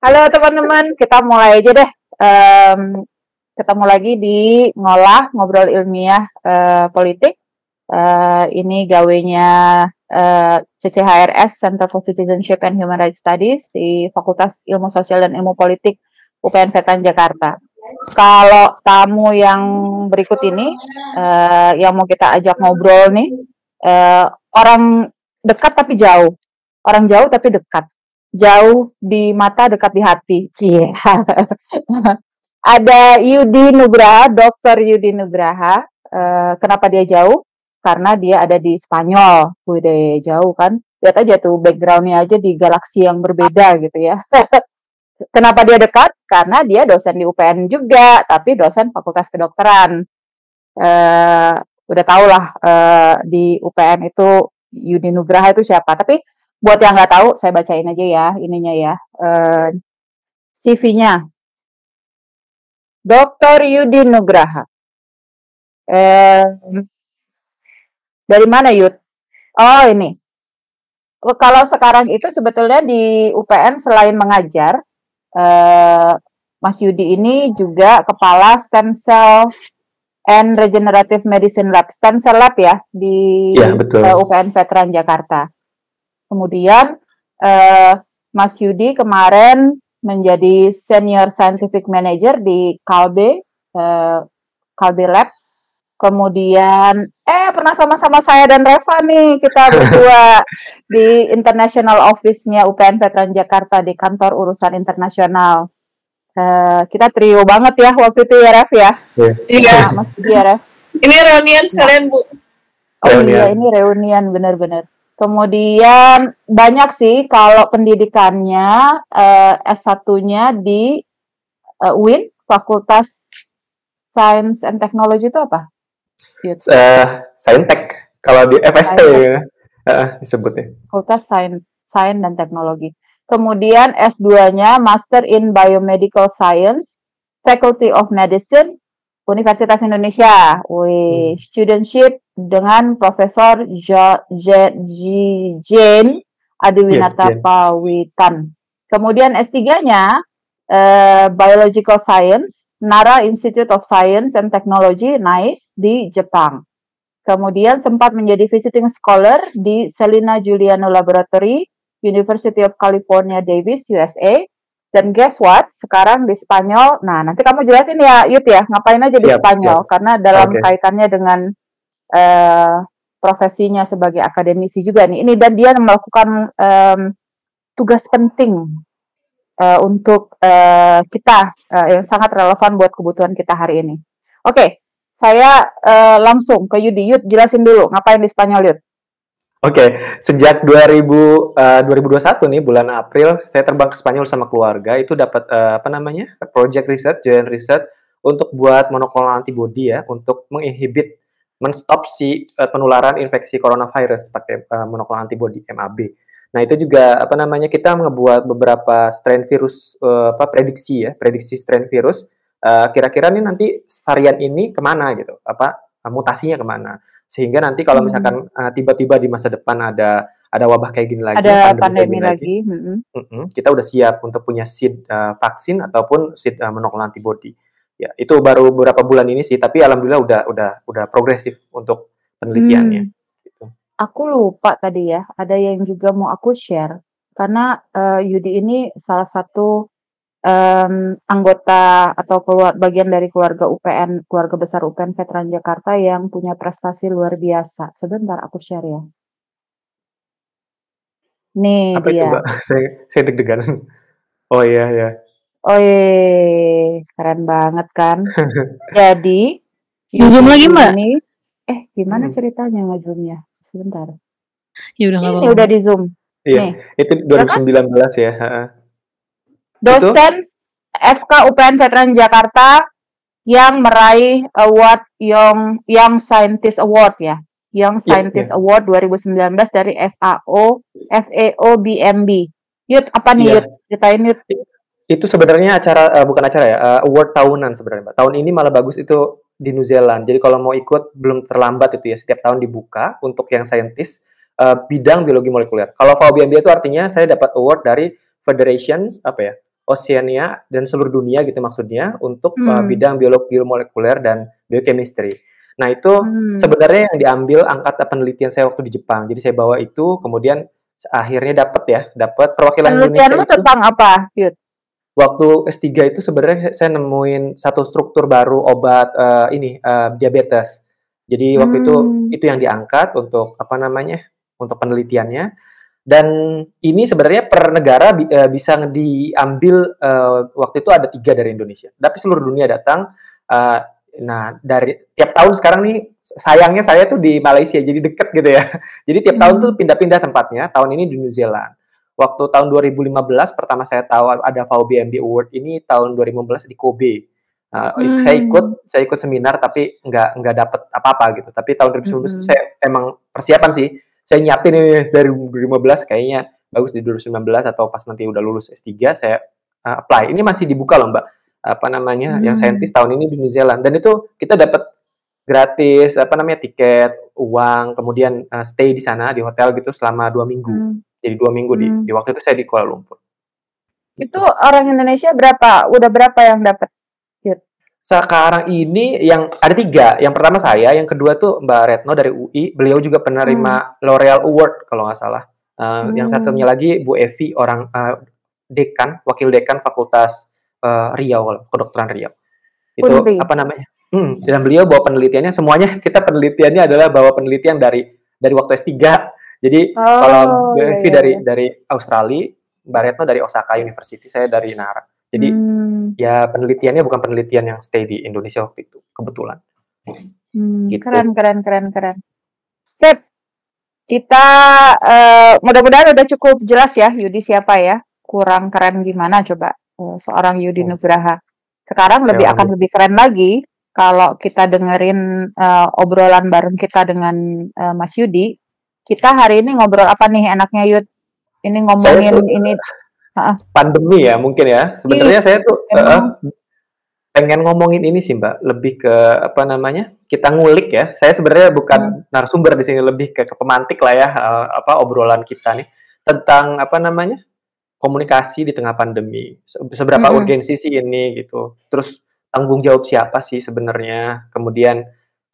Halo teman-teman, kita mulai aja deh. Ketemu lagi di ngobrol ilmiah politik. Ini gawenya CCHRS, Center for Citizenship and Human Rights Studies di Fakultas Ilmu Sosial dan Ilmu Politik UPN Veteran Jakarta. Kalau tamu yang berikut ini, yang mau kita ajak ngobrol nih, orang dekat tapi jauh, orang jauh tapi dekat. Jauh di mata, dekat di hati. Cie. Ada Yudi Nugraha, Dr. Yudi Nugraha. Kenapa dia jauh? Karena dia ada di Spanyol. Udah jauh kan? Lihat aja tuh background-nya aja di galaksi yang berbeda gitu ya. Kenapa dia dekat? Karena dia dosen di UPN juga, tapi dosen Fakultas Kedokteran. Udah tau lah di UPN itu Yudi Nugraha itu siapa. Tapi buat yang nggak tahu, saya bacain aja ya ininya ya. CV-nya. Dr. Yudi Nugraha. Dari mana, Yud? Oh, ini. Kalau sekarang itu sebetulnya di UPN selain mengajar, Mas Yudi ini juga kepala Stem Cell and Regenerative Medicine Lab, Stem Cell Lab ya, di UPN Veteran Jakarta. Kemudian Mas Yudi kemarin menjadi Senior Scientific Manager di Kalbe Lab. Kemudian pernah sama-sama saya dan Reva nih, kita berdua di International Office-nya UPN Veteran Jakarta di kantor urusan internasional. Kita trio banget ya waktu itu ya, Rev ya. Iya. Mas Yudi ya, Rev. Ini reunian sekalian, Bu. Iya, ini reunian benar-benar. Kemudian banyak sih kalau pendidikannya S1-nya di UIN, Fakultas Science and Technology itu apa? Saintek, kalau di FST disebutnya. Fakultas Science dan Teknologi. Kemudian S2-nya Master in Biomedical Science, Faculty of Medicine, Universitas Indonesia. Studentship dengan Profesor Jane Adiwinata Pawitan. Kemudian S3-nya Biological Science, Nara Institute of Science and Technology, NICE, di Jepang. Kemudian sempat menjadi visiting scholar di Celina Giuliano Laboratory, University of California, Davis, USA. Dan guess what? Sekarang di Spanyol. Nah, nanti kamu jelasin ya, Yud ya, ngapain aja di Spanyol? Karena dalam kaitannya dengan profesinya sebagai akademisi juga nih. Ini dan dia melakukan tugas penting untuk kita yang sangat relevan buat kebutuhan kita hari ini. Oke, saya langsung ke Yudi. Yud, jelasin dulu ngapain di Spanyol, Yud. Oke, sejak 2021 nih bulan April saya terbang ke Spanyol sama keluarga. Itu dapat project research, joint research untuk buat monoklonal antibody ya, untuk menstop si penularan infeksi coronavirus pakai monoklonal antibody MAB. Nah, itu juga kita ngebuat beberapa strain virus prediksi strain virus kira-kira nih nanti varian ini kemana gitu, mutasinya kemana. Sehingga nanti kalau misalkan tiba-tiba di masa depan ada wabah kayak gini lagi, ada pandemi lagi. Kita udah siap untuk punya seed vaksin ataupun seed monoklonal antibody. Ya, itu baru beberapa bulan ini sih, tapi alhamdulillah udah progresif untuk penelitiannya. Gitu. Aku lupa tadi ya, ada yang juga mau aku share karena Yudi ini salah satu anggota atau bagian dari keluarga UPN, keluarga besar UPN Veteran Jakarta yang punya prestasi luar biasa. Sebentar aku share ya. Nih apa dia. Itu, Mbak? Saya deg-degan. Oh iya ya. Oh iya, keren banget kan. Jadi Zoom lagi, Mbak? Ini, gimana ceritanya nge-zoom-nya? Sebentar. Ya udah ini udah di zoom. Iya, nih. Itu 2019 ya. Dosen FK UPN Veteran Jakarta yang meraih award Young Scientist Award ya. Young Scientist Award 2019 dari FAO BMB. Yud, apa nih Yud? Ceritain Yud. Itu sebenarnya bukan acara ya, award tahunan sebenarnya, Mbak. Tahun ini malah bagus itu di New Zealand. Jadi kalau mau ikut belum terlambat itu ya, setiap tahun dibuka untuk yang scientist bidang biologi molekuler. Kalau FAO BMB itu artinya saya dapat award dari Federations Oceania dan seluruh dunia gitu maksudnya untuk Hmm. bidang biologi molekuler dan biochemistry. Nah, itu Hmm. sebenarnya yang diambil angkatan penelitian saya waktu di Jepang. Jadi saya bawa itu, kemudian akhirnya dapat perwakilan Indonesia Penelitianmu itu. tentang apa, Yud? Waktu S3 itu sebenarnya saya nemuin satu struktur baru obat diabetes. Jadi waktu itu Hmm. itu yang diangkat untuk apa namanya? Untuk penelitiannya. Dan ini sebenarnya per negara bisa diambil waktu itu ada 3 dari Indonesia. Tapi seluruh dunia datang. eh, nah, dari tiap tahun sekarang nih sayangnya saya tuh di Malaysia jadi deket gitu ya. Jadi tiap tahun tuh Hmm. pindah-pindah tempatnya. Tahun ini di New Zealand. Waktu tahun 2015 pertama saya tahu ada VBMB Award ini tahun 2015 di Kobe. Hmm. Saya ikut seminar tapi nggak dapet apa-apa gitu. Tapi tahun 2019 Hmm. saya emang persiapan sih. Saya nyiapin ini dari 2015 kayaknya bagus di 2019 atau pas nanti udah lulus S3 saya apply. Ini masih dibuka loh Mbak. Apa namanya? Yang Hmm. saintis tahun ini di New Zealand dan itu kita dapat gratis apa namanya tiket, uang, kemudian stay di sana di hotel gitu selama 2 minggu. Hmm. Jadi 2 minggu di Hmm. waktu itu saya di Kuala Lumpur. Itu Gitu. orang Indonesia berapa? Udah berapa yang dapat, Yud? Sekarang ini yang ada 3. Yang pertama saya, yang kedua tuh Mbak Retno dari UI. Beliau juga Hmm. penerima L'Oreal Award kalau nggak salah. Yang satunya Hmm. lagi Bu Evi, orang wakil dekan Fakultas Riau, kedokteran Riau. Itu Unri. apa namanya? Dan beliau bawa penelitiannya semuanya kita penelitiannya adalah bawa penelitian dari waktu S3. Jadi kalau Oh, Bu ya Evi ya ya. dari Australia, Mbak Retno dari Osaka University, saya dari Nara. Jadi Hmm. ya penelitiannya bukan penelitian yang stay di Indonesia waktu itu, kebetulan. Keren Gitu. keren keren keren. Sip. Kita mudah-mudahan udah cukup jelas ya Yudi siapa ya. Kurang keren gimana coba seorang Yudi Oh, Nugraha. Sekarang saya orang akan lebih keren lagi kalau kita dengerin obrolan bareng kita dengan Mas Yudi. Kita hari ini ngobrol apa nih enaknya Yud? Ini saya ngomongin tuh ini. Heeh. pandemi ya mungkin ya. Ih, Sebenarnya saya tuh emang. pengen ngomongin ini sih Mbak, lebih ke apa namanya? Kita ngulik ya. Saya sebenarnya Hmm. bukan narasumber di sini, lebih ke pemantik lah ya apa obrolan kita nih tentang apa namanya? Komunikasi di tengah pandemi. Seberapa Mm-mm. urgensi sih ini gitu. Terus tanggung jawab siapa sih sebenarnya? Kemudian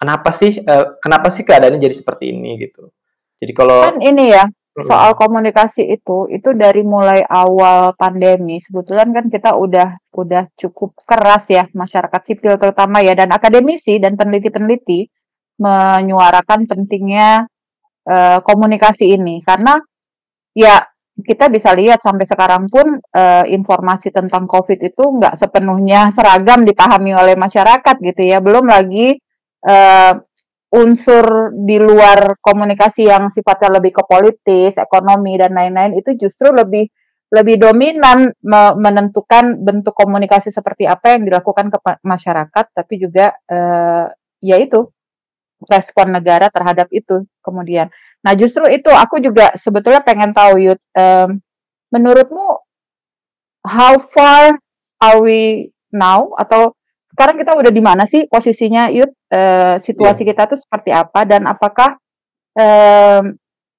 kenapa sih keadaannya jadi seperti ini gitu. Jadi Kan kalau ini ya, soal mhm, komunikasi itu dari mulai awal pandemi, sebetulnya kan kita udah cukup keras ya, masyarakat sipil terutama ya, dan akademisi dan peneliti-peneliti menyuarakan pentingnya komunikasi ini. Karena ya kita bisa lihat sampai sekarang pun informasi tentang COVID itu nggak sepenuhnya seragam dipahami oleh masyarakat gitu ya. Belum lagi eh, unsur di luar komunikasi yang sifatnya lebih ke politis, ekonomi dan lain-lain itu justru lebih lebih dominan menentukan bentuk komunikasi seperti apa yang dilakukan ke masyarakat, tapi juga ya itu respon negara terhadap itu kemudian. Nah justru itu aku juga sebetulnya pengen tahu Yud, menurutmu how far are we now atau sekarang kita udah di mana sih posisinya Yud? Situasi iya. kita tuh seperti apa dan apakah em,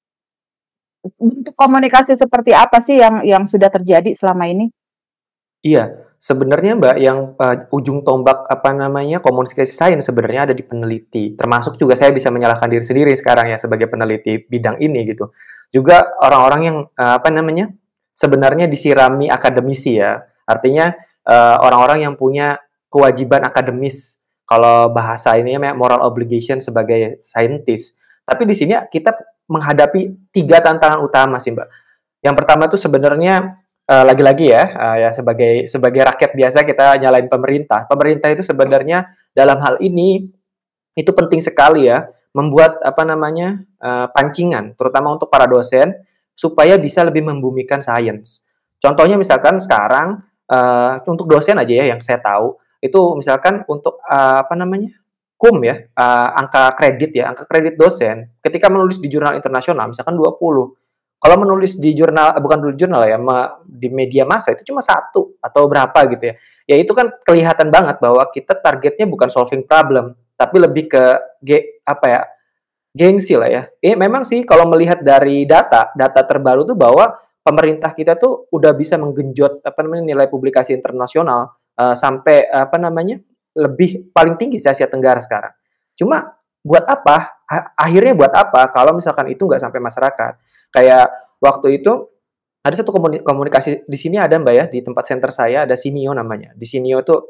bentuk komunikasi seperti apa sih yang sudah terjadi selama ini? Iya, sebenarnya Mbak yang ujung tombak apa namanya komunikasi sains sebenarnya ada di peneliti. Termasuk juga saya bisa menyalahkan diri sendiri sekarang ya sebagai peneliti bidang ini gitu. Juga orang-orang yang apa namanya sebenarnya disirami akademisi ya. Artinya orang-orang yang punya kewajiban akademis. Kalau bahasa ini ya moral obligation sebagai saintis. Tapi di sini kita menghadapi 3 tantangan utama sih Mbak. Yang pertama tuh sebenarnya lagi-lagi ya, ya sebagai rakyat biasa kita nyalain pemerintah. Pemerintah itu sebenarnya dalam hal ini itu penting sekali ya membuat apa namanya pancingan, terutama untuk para dosen supaya bisa lebih membumikan sains. Contohnya misalkan sekarang untuk dosen aja ya yang saya tahu itu misalkan untuk apa namanya ya, angka kredit dosen ketika menulis di jurnal internasional misalkan 20. Kalau menulis di jurnal bukan di jurnal ya, di media massa itu cuma 1 atau berapa gitu ya. Ya itu kan kelihatan banget bahwa kita targetnya bukan solving problem, tapi lebih ke apa ya, gengsi lah ya. Memang sih kalau melihat dari data terbaru tuh bahwa pemerintah kita tuh udah bisa menggenjot apa namanya nilai publikasi internasional sampai apa namanya lebih paling tinggi se Asia Tenggara sekarang. Cuma buat apa? Akhirnya buat apa kalau misalkan itu nggak sampai masyarakat? Kayak waktu itu ada satu komunikasi di sini ada Mbak ya, di tempat center saya ada Sinio namanya. Di Sinio tuh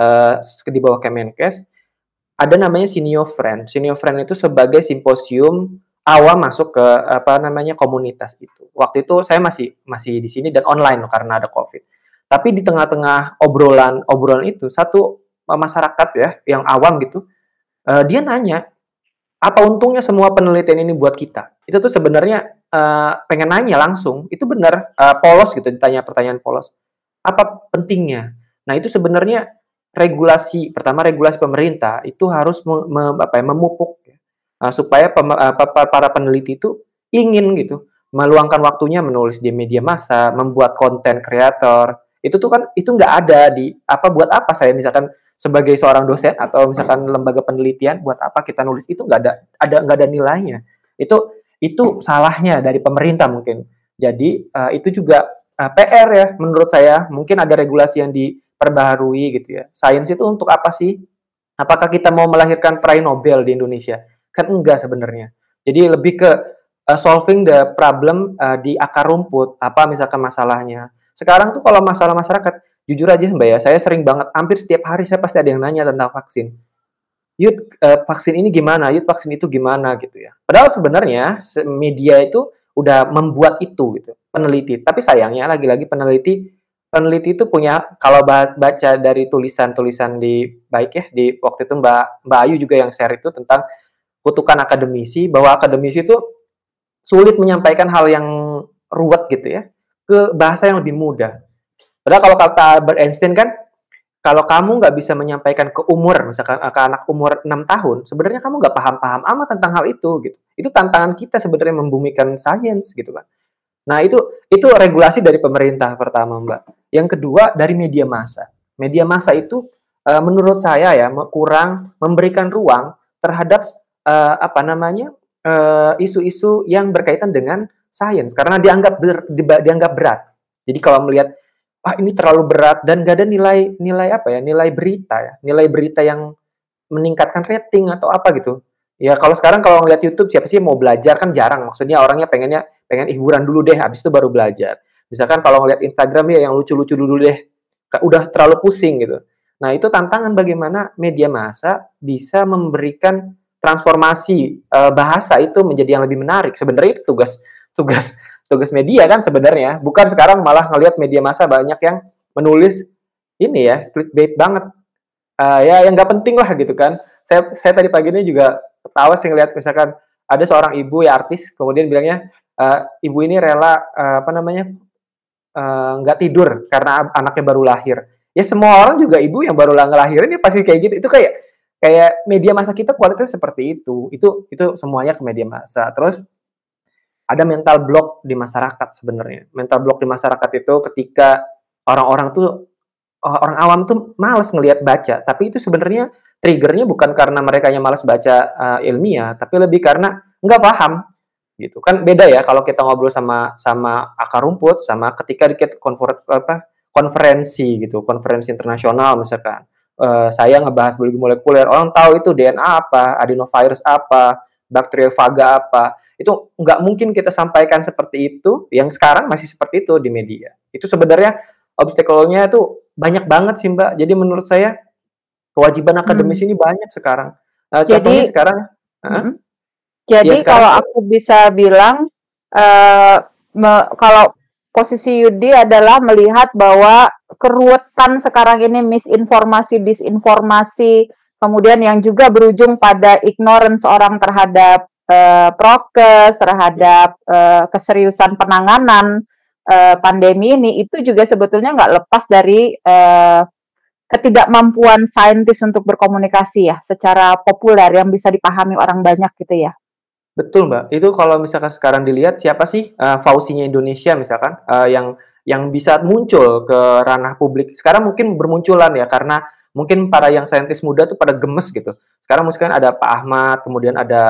di bawah Kemenkes ada namanya Sinio Friend. Sinio Friend itu sebagai simposium awal masuk ke apa namanya komunitas itu. Waktu itu saya masih di sini dan online karena ada Covid. Tapi di tengah-tengah obrolan itu satu masyarakat ya yang awam gitu, dia nanya, apa untungnya semua penelitian ini buat kita? Itu tuh sebenarnya pengen nanya langsung, itu benar polos gitu ditanya pertanyaan polos. Apa pentingnya? Nah, itu sebenarnya pertama regulasi pemerintah itu harus memupuk ya, supaya para peneliti itu ingin gitu meluangkan waktunya menulis di media massa, membuat konten kreator. Itu tuh kan itu nggak ada di buat apa saya misalkan sebagai seorang dosen atau misalkan lembaga penelitian buat apa kita nulis itu nggak ada nilainya. Itu salahnya dari pemerintah mungkin. Jadi itu juga PR ya menurut saya, mungkin ada regulasi yang diperbaharui gitu ya. Sains itu untuk apa sih? Apakah kita mau melahirkan peraih Nobel di Indonesia? Kan enggak sebenarnya. Jadi lebih ke solving the problem di akar rumput, apa misalkan masalahnya. Sekarang tuh kalau masalah masyarakat, jujur aja Mbak ya, saya sering banget, hampir setiap hari saya pasti ada yang nanya tentang vaksin. Yud, vaksin ini gimana? Yud, vaksin itu gimana gitu ya. Padahal sebenarnya media itu udah membuat itu gitu, peneliti. Tapi sayangnya lagi-lagi peneliti itu punya, kalau baca dari tulisan-tulisan di baik ya di waktu itu Mbak Ayu juga yang share itu tentang kutukan akademisi, bahwa akademisi itu sulit menyampaikan hal yang ruwet gitu ya ke bahasa yang lebih mudah. Padahal kalau kata Albert Einstein kan, kalau kamu nggak bisa menyampaikan ke umur, misalkan ke anak umur 6 tahun, sebenarnya kamu nggak paham-paham amat tentang hal itu gitu. Itu tantangan kita sebenarnya membumikan sains gitu kan. Nah, itu regulasi dari pemerintah pertama, Mbak. Yang kedua dari media massa. Media massa itu menurut saya ya kurang memberikan ruang terhadap isu-isu yang berkaitan dengan sains karena dianggap berat. Jadi kalau melihat ini terlalu berat dan gak ada nilai berita yang meningkatkan rating atau apa gitu. Ya kalau sekarang kalau ngeliat YouTube siapa sih mau belajar, kan jarang. Maksudnya orangnya pengen hiburan dulu deh, habis itu baru belajar. Misalkan kalau ngeliat Instagram ya yang lucu-lucu dulu deh, udah terlalu pusing gitu. Nah itu tantangan bagaimana media massa bisa memberikan transformasi bahasa itu menjadi yang lebih menarik. Sebenarnya itu tugas media kan sebenarnya. Bukan sekarang malah ngelihat media massa banyak yang menulis ini ya clickbait banget. Ya yang nggak penting lah gitu kan. Saya tadi pagi ini juga ketawa sih ngelihat misalkan ada seorang ibu ya artis kemudian bilangnya ibu ini rela nggak tidur karena anaknya baru lahir. Ya semua orang juga ibu yang baru ngelahirin ini pasti kayak gitu. Itu kayak media massa kita kualitasnya seperti itu. Itu semuanya ke media massa. Terus ada mental block di masyarakat sebenarnya. Mental block di masyarakat itu ketika orang orang awam tuh malas ngelihat baca, tapi itu sebenarnya triggernya bukan karena mereka yang malas baca ilmiah, tapi lebih karena nggak paham gitu. Kan beda ya kalau kita ngobrol sama akar rumput sama ketika konferensi gitu, konferensi internasional misalkan. Saya ngebahas biologi molekuler, orang tahu itu DNA apa, adenovirus apa, bakteriofaga apa. Itu nggak mungkin kita sampaikan seperti itu, yang sekarang masih seperti itu di media. Itu sebenarnya obstacle-nya itu banyak banget sih Mbak. Jadi menurut saya kewajiban akademis ini banyak sekarang. Contohnya sekarang, jadi kalau aku bisa bilang, kalau posisi Yudi adalah melihat bahwa keruwetan sekarang ini misinformasi, disinformasi, kemudian yang juga berujung pada ignorance orang terhadap prokes, terhadap keseriusan penanganan pandemi ini, itu juga sebetulnya nggak lepas dari ketidakmampuan saintis untuk berkomunikasi ya, secara populer yang bisa dipahami orang banyak gitu ya. Betul Mbak, itu kalau misalkan sekarang dilihat siapa sih Fauci-nya Indonesia misalkan yang bisa muncul ke ranah publik. Sekarang mungkin bermunculan ya karena mungkin para yang saintis muda tuh pada gemes gitu. Sekarang mungkin ada Pak Ahmad, kemudian ada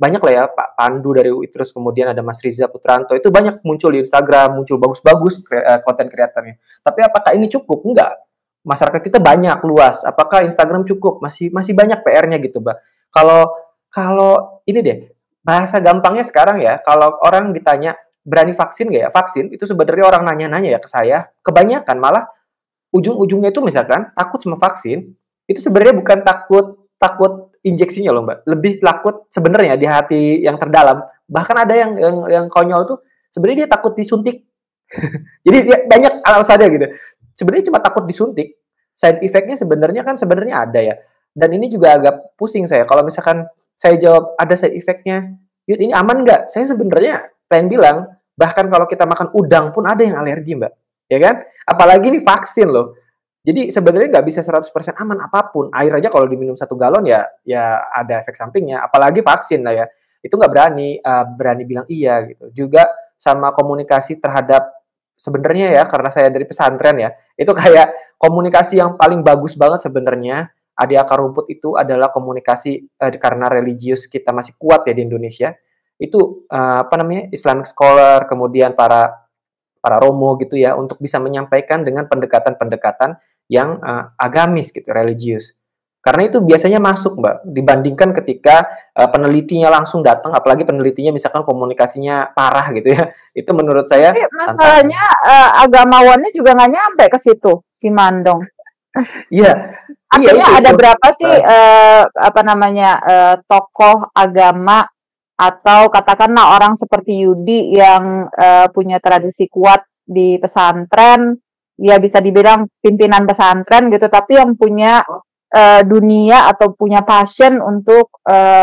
banyak lah ya, Pak Pandu dari UI, terus kemudian ada Mas Riza Putranto, itu banyak muncul di Instagram, muncul bagus-bagus konten kreatornya. Tapi apakah ini cukup? Enggak. Masyarakat kita banyak, luas. Apakah Instagram cukup? Masih masih banyak PR-nya gitu, Mbak. Kalau kalau ini deh, bahasa gampangnya sekarang ya, kalau orang ditanya berani vaksin nggak ya? Vaksin itu sebenarnya orang nanya-nanya ya ke saya, kebanyakan malah ujung-ujungnya itu misalkan takut sama vaksin, itu sebenarnya bukan takut takut injeksinya loh, Mbak. Lebih takut sebenarnya di hati yang terdalam. Bahkan ada yang konyol tuh sebenarnya dia takut disuntik. Jadi dia banyak alasannya gitu. Sebenarnya cuma takut disuntik. Side effect-nya sebenarnya ada ya. Dan ini juga agak pusing saya. Kalau misalkan saya jawab ada side effect-nya, Yud, ini aman nggak? Saya sebenarnya pengen bilang, bahkan kalau kita makan udang pun ada yang alergi, Mbak. Ya kan? Apalagi ini vaksin loh. Jadi sebenarnya nggak bisa 100% aman apapun. Air aja kalau diminum 1 galon ya ada efek sampingnya. Apalagi vaksin lah ya. Itu nggak berani bilang iya gitu. Juga sama komunikasi terhadap sebenarnya ya, karena saya dari pesantren ya, itu kayak komunikasi yang paling bagus banget sebenarnya di akar rumput itu adalah komunikasi karena religius kita masih kuat ya di Indonesia. Itu apa namanya, Islamic scholar, kemudian para para romo gitu ya, untuk bisa menyampaikan dengan pendekatan-pendekatan yang agamis gitu, religius. Karena itu biasanya masuk, Mbak, dibandingkan ketika penelitinya langsung datang, apalagi penelitinya misalkan komunikasinya parah gitu ya. Itu menurut saya Tapi tantangan. masalahnya agamawannya juga nggak nyampe ke situ, gimana dong? Iya, iya Artinya ada itu. berapa sih Uh, apa namanya tokoh agama atau katakanlah orang seperti Yudi yang punya tradisi kuat di pesantren, ya bisa dibilang pimpinan pesantren gitu, tapi yang punya dunia atau punya passion untuk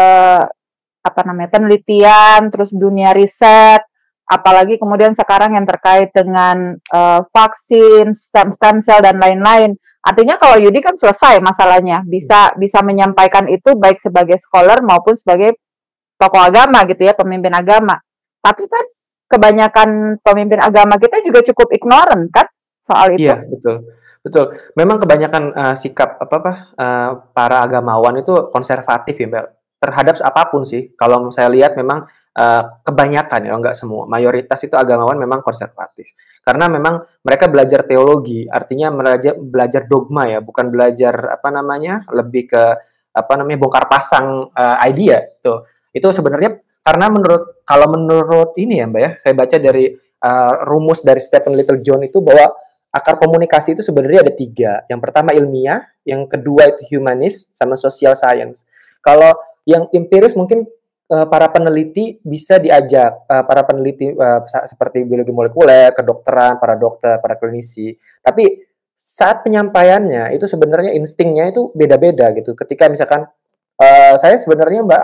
apa namanya penelitian, terus dunia riset, apalagi kemudian sekarang yang terkait dengan vaksin, stem cell dan lain-lain. Artinya kalau Yudi kan selesai masalahnya, bisa menyampaikan itu baik sebagai scholar maupun sebagai tokoh agama gitu ya, pemimpin agama. Tapi kan kebanyakan pemimpin agama kita juga cukup ignorant kan soal itu. iya, betul. Betul. Memang kebanyakan sikap para agamawan itu konservatif ya, Mbak. Terhadap apapun sih. Kalau saya lihat memang kebanyakan ya, enggak semua. Mayoritas itu agamawan memang konservatif. Karena memang mereka belajar teologi, artinya belajar dogma ya, bukan belajar apa namanya, lebih ke apa namanya, bongkar pasang idea tuh. Itu sebenarnya karena kalau menurut ini ya, Mbak ya, saya baca dari rumus dari Stephen Littlejohn itu bahwa akar komunikasi itu sebenarnya ada 3. Yang pertama ilmiah, yang kedua itu humanis, sama social science. Kalau yang empiris mungkin para peneliti bisa diajak, para peneliti seperti biologi molekuler, kedokteran, para dokter, para klinisi. Tapi saat penyampaiannya itu sebenarnya instingnya itu beda-beda gitu. Ketika misalkan saya sebenarnya Mbak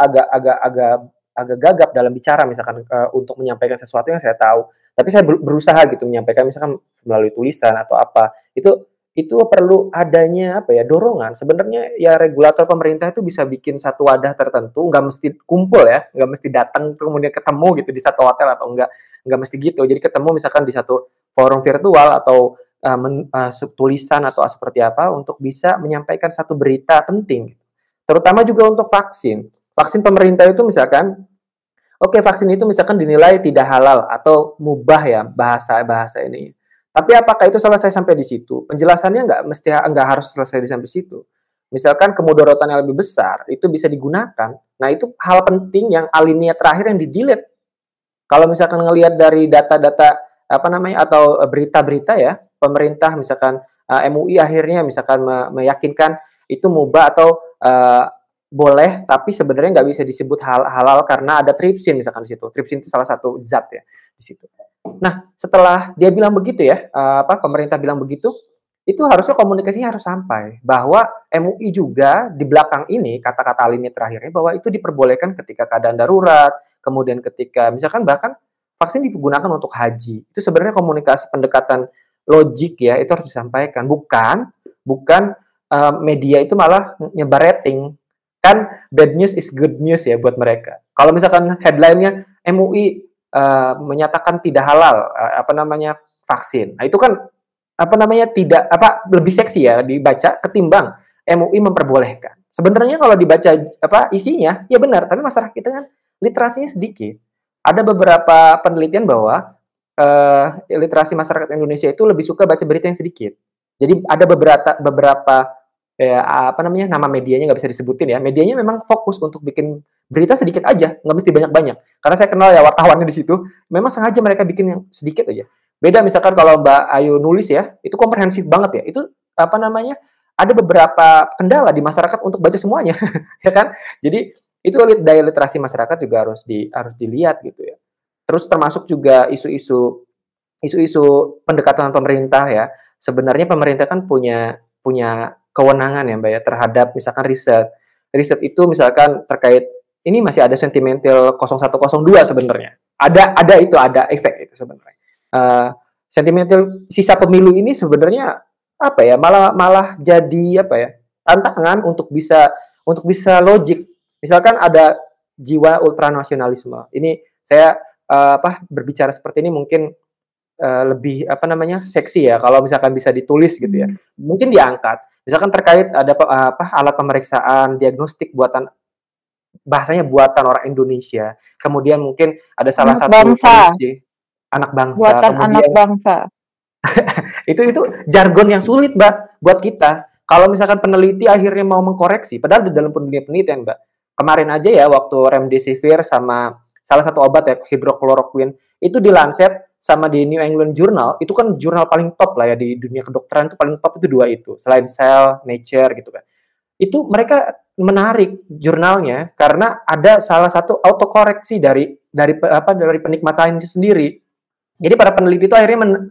agak gagap dalam bicara misalkan untuk menyampaikan sesuatu yang saya tahu. Tapi saya berusaha gitu menyampaikan misalkan melalui tulisan atau apa. Itu perlu adanya apa ya, dorongan. Sebenarnya ya regulator pemerintah itu bisa bikin satu wadah tertentu, nggak mesti kumpul ya, nggak mesti datang kemudian ketemu gitu di satu hotel atau nggak mesti gitu. Jadi ketemu misalkan di satu forum virtual atau tulisan atau seperti apa untuk bisa menyampaikan satu berita penting. Terutama juga untuk vaksin. Vaksin pemerintah itu misalkan, oke, vaksin itu misalkan dinilai tidak halal atau mubah ya bahasa ini. Tapi apakah itu selesai sampai di situ? Penjelasannya nggak harus selesai sampai situ. Misalkan kemudaratan yang lebih besar itu bisa digunakan. Nah itu hal penting yang alinea terakhir yang di-delete. Kalau misalkan ngelihat dari data-data apa namanya atau berita-berita ya, pemerintah misalkan MUI akhirnya misalkan meyakinkan itu mubah atau boleh, tapi sebenarnya nggak bisa disebut halal karena ada tripsin misalkan di situ. Tripsin itu salah satu zat ya di situ. Nah, setelah dia bilang begitu ya, pemerintah bilang begitu, itu harusnya komunikasinya harus sampai bahwa MUI juga di belakang ini kata-kata alinea terakhirnya bahwa itu diperbolehkan ketika keadaan darurat, kemudian ketika misalkan bahkan vaksin digunakan untuk haji. Itu sebenarnya komunikasi pendekatan logik ya, itu harus disampaikan. Bukan media itu malah nyebar rating. Kan bad news is good news ya buat mereka. Kalau misalkan headline-nya MUI menyatakan tidak halal vaksin. Nah, itu kan tidak lebih seksi ya dibaca ketimbang MUI memperbolehkan. Sebenarnya kalau dibaca isinya ya benar, tapi masyarakat kita kan literasinya sedikit. Ada beberapa penelitian bahwa literasi masyarakat Indonesia itu lebih suka baca berita yang sedikit. Jadi ada beberapa apa namanya, nama medianya nggak bisa disebutin ya. Medianya memang fokus untuk bikin berita sedikit aja, nggak mesti banyak-banyak. Karena saya kenal ya wartawannya di situ, memang sengaja mereka bikin yang sedikit aja. Beda misalkan kalau Mbak Ayu nulis ya, itu komprehensif banget ya. Itu apa namanya? Ada beberapa kendala di masyarakat untuk baca semuanya, ya kan? Jadi itu daya literasi masyarakat juga harus dilihat gitu ya. Terus termasuk juga isu-isu pendekatan pemerintah ya. Sebenarnya pemerintah kan punya kewenangan ya Mbak ya terhadap misalkan riset. Riset itu misalkan terkait ini masih ada sentimental 0102 sebenarnya. Ada efek itu sebenarnya. Sentimental sisa pemilu ini sebenarnya apa ya? Malah jadi apa ya? Tantangan untuk bisa logik. Misalkan ada jiwa ultranasionalisme. Ini saya berbicara seperti ini mungkin lebih apa namanya seksi ya kalau misalkan bisa ditulis gitu ya mungkin diangkat misalkan terkait ada alat pemeriksaan diagnostik bahasanya buatan orang Indonesia kemudian mungkin ada salah satu polisi anak bangsa buatan kemudian anak bangsa itu jargon yang sulit Mbak buat kita kalau misalkan peneliti akhirnya mau mengkoreksi padahal di dalam penelitian Mbak kemarin aja ya waktu remdesivir sama salah satu obat ya hidrokloroquine itu di Lancet sama di New England Journal itu kan jurnal paling top lah ya di dunia kedokteran itu paling top itu dua itu selain Cell, Nature gitu kan itu mereka menarik jurnalnya karena ada salah satu autokoreksi dari penikmat sains sendiri jadi para peneliti itu akhirnya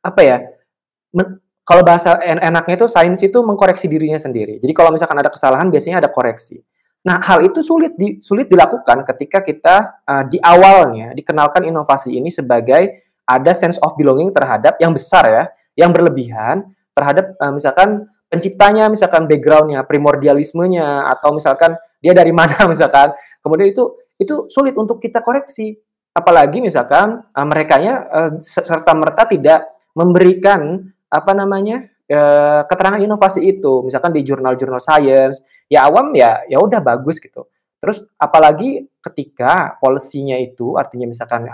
kalau bahasa enaknya itu sains itu mengkoreksi dirinya sendiri jadi kalau misalkan ada kesalahan biasanya ada koreksi. Nah, hal itu sulit dilakukan ketika kita di awalnya dikenalkan inovasi ini sebagai ada sense of belonging terhadap yang besar ya, yang berlebihan terhadap misalkan penciptanya, misalkan background-nya, primordialismenya, atau misalkan dia dari mana misalkan. Kemudian itu sulit untuk kita koreksi. Apalagi misalkan merekanya serta-merta tidak memberikan keterangan inovasi itu, misalkan di jurnal-jurnal science, ya awam ya udah bagus gitu. Terus apalagi ketika polisinya itu artinya misalkan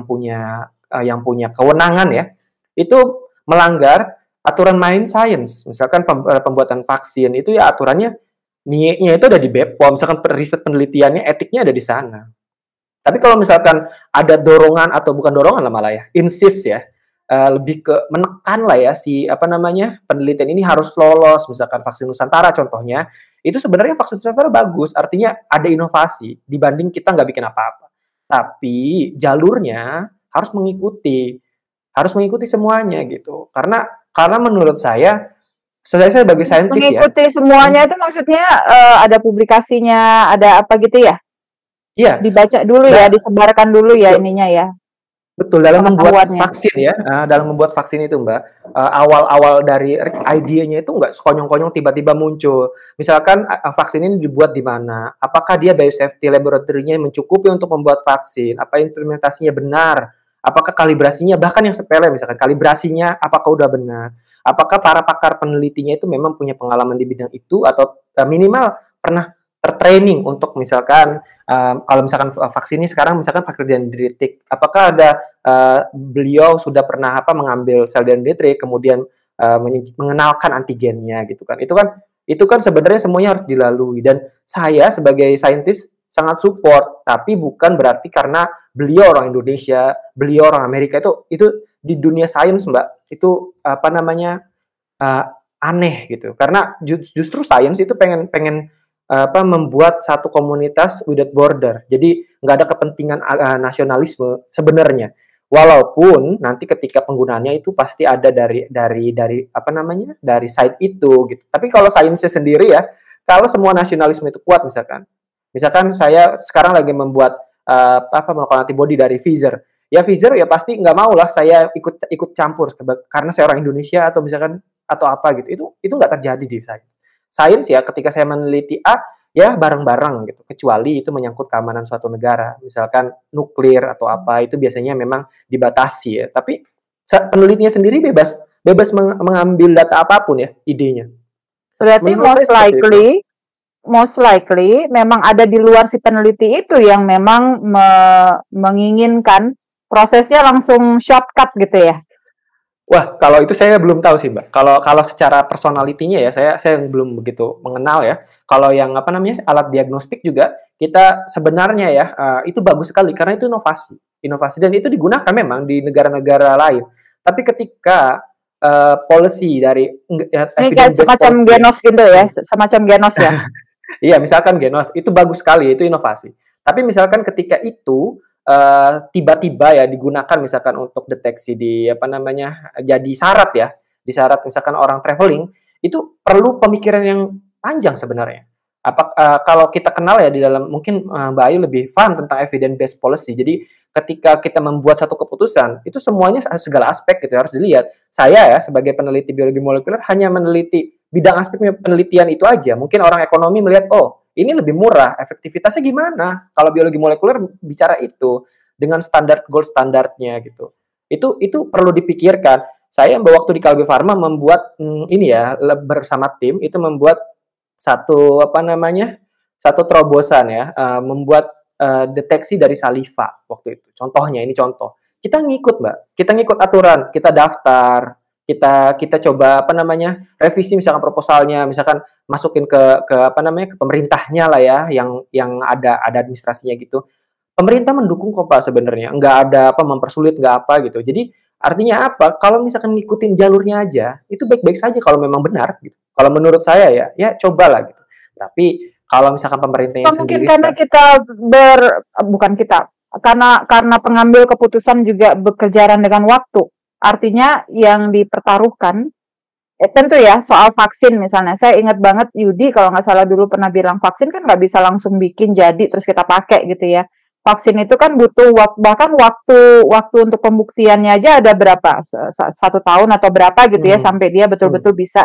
yang punya kewenangan ya, itu melanggar aturan main sains. Misalkan pembuatan vaksin itu ya aturannya NIE-nya itu ada di BPOM, misalkan riset penelitiannya etiknya ada di sana. Tapi kalau misalkan ada dorongan atau bukan dorongan lah malah ya, insist ya, lebih ke menekan lah ya penelitian ini harus lolos misalkan vaksin Nusantara contohnya itu sebenarnya vaksin Nusantara bagus artinya ada inovasi dibanding kita nggak bikin apa-apa tapi jalurnya harus mengikuti semuanya gitu karena menurut saya sebagai saintis mengikuti semuanya itu maksudnya ada publikasinya ada apa gitu ya iya dibaca dulu ya disebarkan dulu ya ininya ya. Betul, dalam membuat vaksin ya, dalam membuat vaksin itu Mbak, awal-awal dari idenya itu nggak sekonyong-konyong tiba-tiba muncul. Misalkan vaksin ini dibuat di mana? Apakah dia biosafety laboratory-nya mencukupi untuk membuat vaksin? Apa implementasinya benar? Apakah kalibrasinya, bahkan yang sepele misalkan, kalibrasinya apakah udah benar? Apakah para pakar penelitinya itu memang punya pengalaman di bidang itu atau minimal pernah tertraining untuk misalkan kalau misalkan vaksin ini sekarang misalkan pakai dendritik, apakah ada beliau sudah pernah mengambil sel dendritik kemudian mengenalkan antigennya gitu kan. Itu kan sebenarnya semuanya harus dilalui dan saya sebagai saintis sangat support, tapi bukan berarti karena beliau orang Indonesia, beliau orang Amerika itu di dunia sains Mbak, itu aneh gitu. Karena justru sains itu pengen membuat satu komunitas without border. Jadi nggak ada kepentingan nasionalisme sebenarnya. Walaupun nanti ketika penggunaannya itu pasti ada dari side itu gitu. Tapi kalau sainsnya sendiri ya, kalau semua nasionalisme itu kuat misalkan saya sekarang lagi membuat monoclonal antibody dari Pfizer. Ya Pfizer ya pasti nggak mau lah saya ikut campur karena saya orang Indonesia atau misalkan atau apa gitu. Itu nggak terjadi di sains. Sains ya ketika saya meneliti A ya bareng-bareng gitu kecuali itu menyangkut keamanan suatu negara misalkan nuklir atau apa itu biasanya memang dibatasi ya tapi penelitinya sendiri bebas mengambil data apapun ya idenya berarti most likely most likely memang ada di luar si peneliti itu yang memang menginginkan prosesnya langsung shortcut gitu ya. Wah, kalau itu saya belum tahu sih, Mbak. Kalau kalau secara personalitinya ya, saya belum begitu mengenal ya. Kalau yang apa namanya alat diagnostik juga kita sebenarnya ya itu bagus sekali karena itu inovasi, inovasi dan itu digunakan memang di negara-negara lain. Tapi ketika policy dari Ini kayak evidence based semacam policy, genos gitu ya, semacam genos ya. iya, misalkan genos itu bagus sekali, itu inovasi. Tapi misalkan ketika itu tiba-tiba ya digunakan misalkan untuk deteksi di apa namanya jadi syarat ya, di syarat misalkan orang traveling itu perlu pemikiran yang panjang sebenarnya. Apa kalau kita kenal ya di dalam mungkin Mbak Ayu lebih paham tentang evidence based policy. Jadi ketika kita membuat satu keputusan itu semuanya segala aspek gitu harus dilihat. Saya ya sebagai peneliti biologi molekuler hanya meneliti bidang aspek penelitian itu aja. Mungkin orang ekonomi melihat oh ini lebih murah, efektivitasnya gimana? Kalau biologi molekuler bicara itu dengan standar gold standarnya gitu. Itu perlu dipikirkan. Saya waktu di Kalbe Farma membuat ini ya bersama tim itu membuat satu apa namanya satu terobosan ya membuat deteksi dari saliva waktu itu. Contohnya ini contoh. Kita ngikut Mbak, kita ngikut aturan, kita daftar, kita coba apa namanya revisi misalkan proposalnya, misalkan masukin ke apa namanya ke pemerintahnya lah ya yang ada administrasinya gitu. Pemerintah mendukung kok Pak sebenarnya, nggak ada apa mempersulit nggak apa gitu. Jadi artinya apa? Kalau misalkan ngikutin jalurnya aja, itu baik-baik saja kalau memang benar. Gitu. Kalau menurut saya ya cobalah gitu. Tapi kalau misalkan pemerintahnya Atau mungkin sendiri, karena kita bukan kita, karena pengambil keputusan juga berkejaran dengan waktu. Artinya yang dipertaruhkan tentu ya soal vaksin misalnya. Saya ingat banget Yudi kalau nggak salah dulu pernah bilang vaksin kan nggak bisa langsung bikin jadi terus kita pakai gitu ya. Vaksin itu kan butuh bahkan waktu untuk pembuktiannya aja ada berapa 1 tahun atau berapa gitu ya sampai dia betul-betul bisa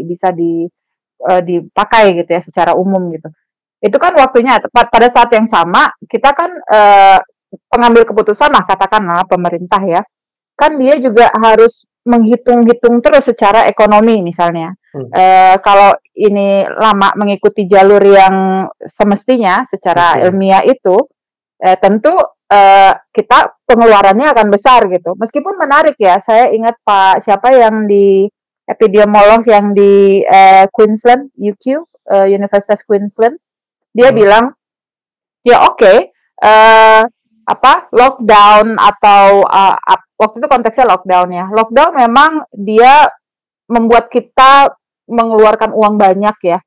dipakai gitu ya secara umum gitu. Itu kan waktunya pada saat yang sama kita kan pengambil keputusan lah katakanlah pemerintah ya kan dia juga harus menghitung-hitung terus secara ekonomi misalnya. Kalau ini lama mengikuti jalur yang semestinya secara ilmiah itu, tentu kita pengeluarannya akan besar gitu. Meskipun menarik ya, saya ingat Pak siapa yang di epidemiolog yang di Queensland, UQ, Universitas Queensland, dia bilang ya oke, lockdown atau waktu itu konteksnya lockdown ya. Lockdown memang dia membuat kita mengeluarkan uang banyak ya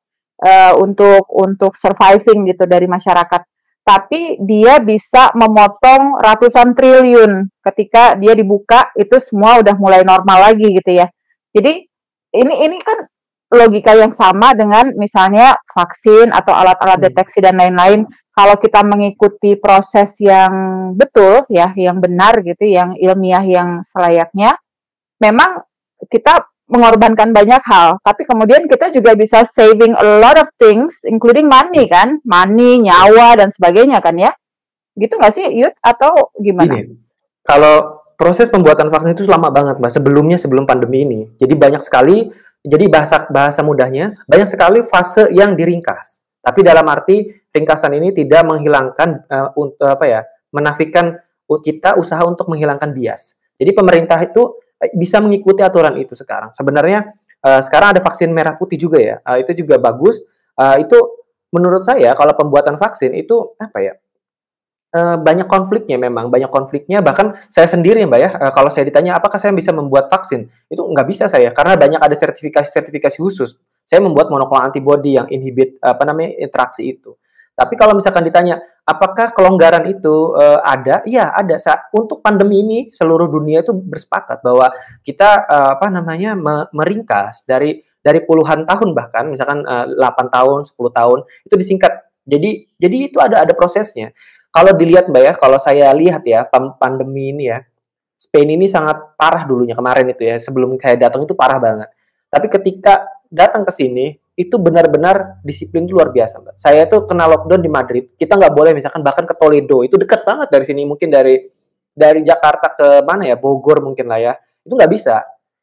untuk surviving gitu dari masyarakat. Tapi dia bisa memotong ratusan triliun ketika dia dibuka itu semua udah mulai normal lagi gitu ya. Jadi ini kan logika yang sama dengan misalnya vaksin atau alat-alat deteksi dan lain-lain. Kalau kita mengikuti proses yang betul ya, yang benar gitu, yang ilmiah yang selayaknya, memang kita mengorbankan banyak hal, tapi kemudian kita juga bisa saving a lot of things, including money kan, money, nyawa dan sebagainya kan ya, gitu nggak sih Yud atau gimana? Ini, kalau proses pembuatan vaksin itu lama banget Mbak, sebelum pandemi ini, jadi banyak sekali, jadi bahasa mudahnya banyak sekali fase yang diringkas, tapi dalam arti ringkasan ini tidak menghilangkan menafikan kita usaha untuk menghilangkan bias. Jadi pemerintah itu bisa mengikuti aturan itu sekarang. Sebenarnya sekarang ada vaksin merah putih juga ya. Itu juga bagus. Itu menurut saya kalau pembuatan vaksin itu banyak konfliknya memang, banyak konfliknya. Bahkan saya sendiri Mbak ya, kalau saya ditanya apakah saya bisa membuat vaksin, itu nggak bisa saya karena banyak ada sertifikasi khusus. Saya membuat monoklonal antibody yang inhibit interaksi itu. Tapi kalau misalkan ditanya, apakah kelonggaran itu ada? Iya, ada. Untuk pandemi ini seluruh dunia itu bersepakat bahwa kita meringkas dari puluhan tahun bahkan misalkan 8 tahun, 10 tahun itu disingkat. Jadi itu ada prosesnya. Kalau dilihat Mbak ya, kalau saya lihat ya pandemi ini ya, Spain ini sangat parah dulunya kemarin itu ya, sebelum kayak datang itu parah banget. Tapi ketika datang ke sini itu benar-benar disiplin luar biasa Mbak. Saya tuh kena lockdown di Madrid, kita nggak boleh misalkan bahkan ke Toledo, itu dekat banget dari sini mungkin dari Jakarta ke mana ya, Bogor mungkin lah ya, itu nggak bisa.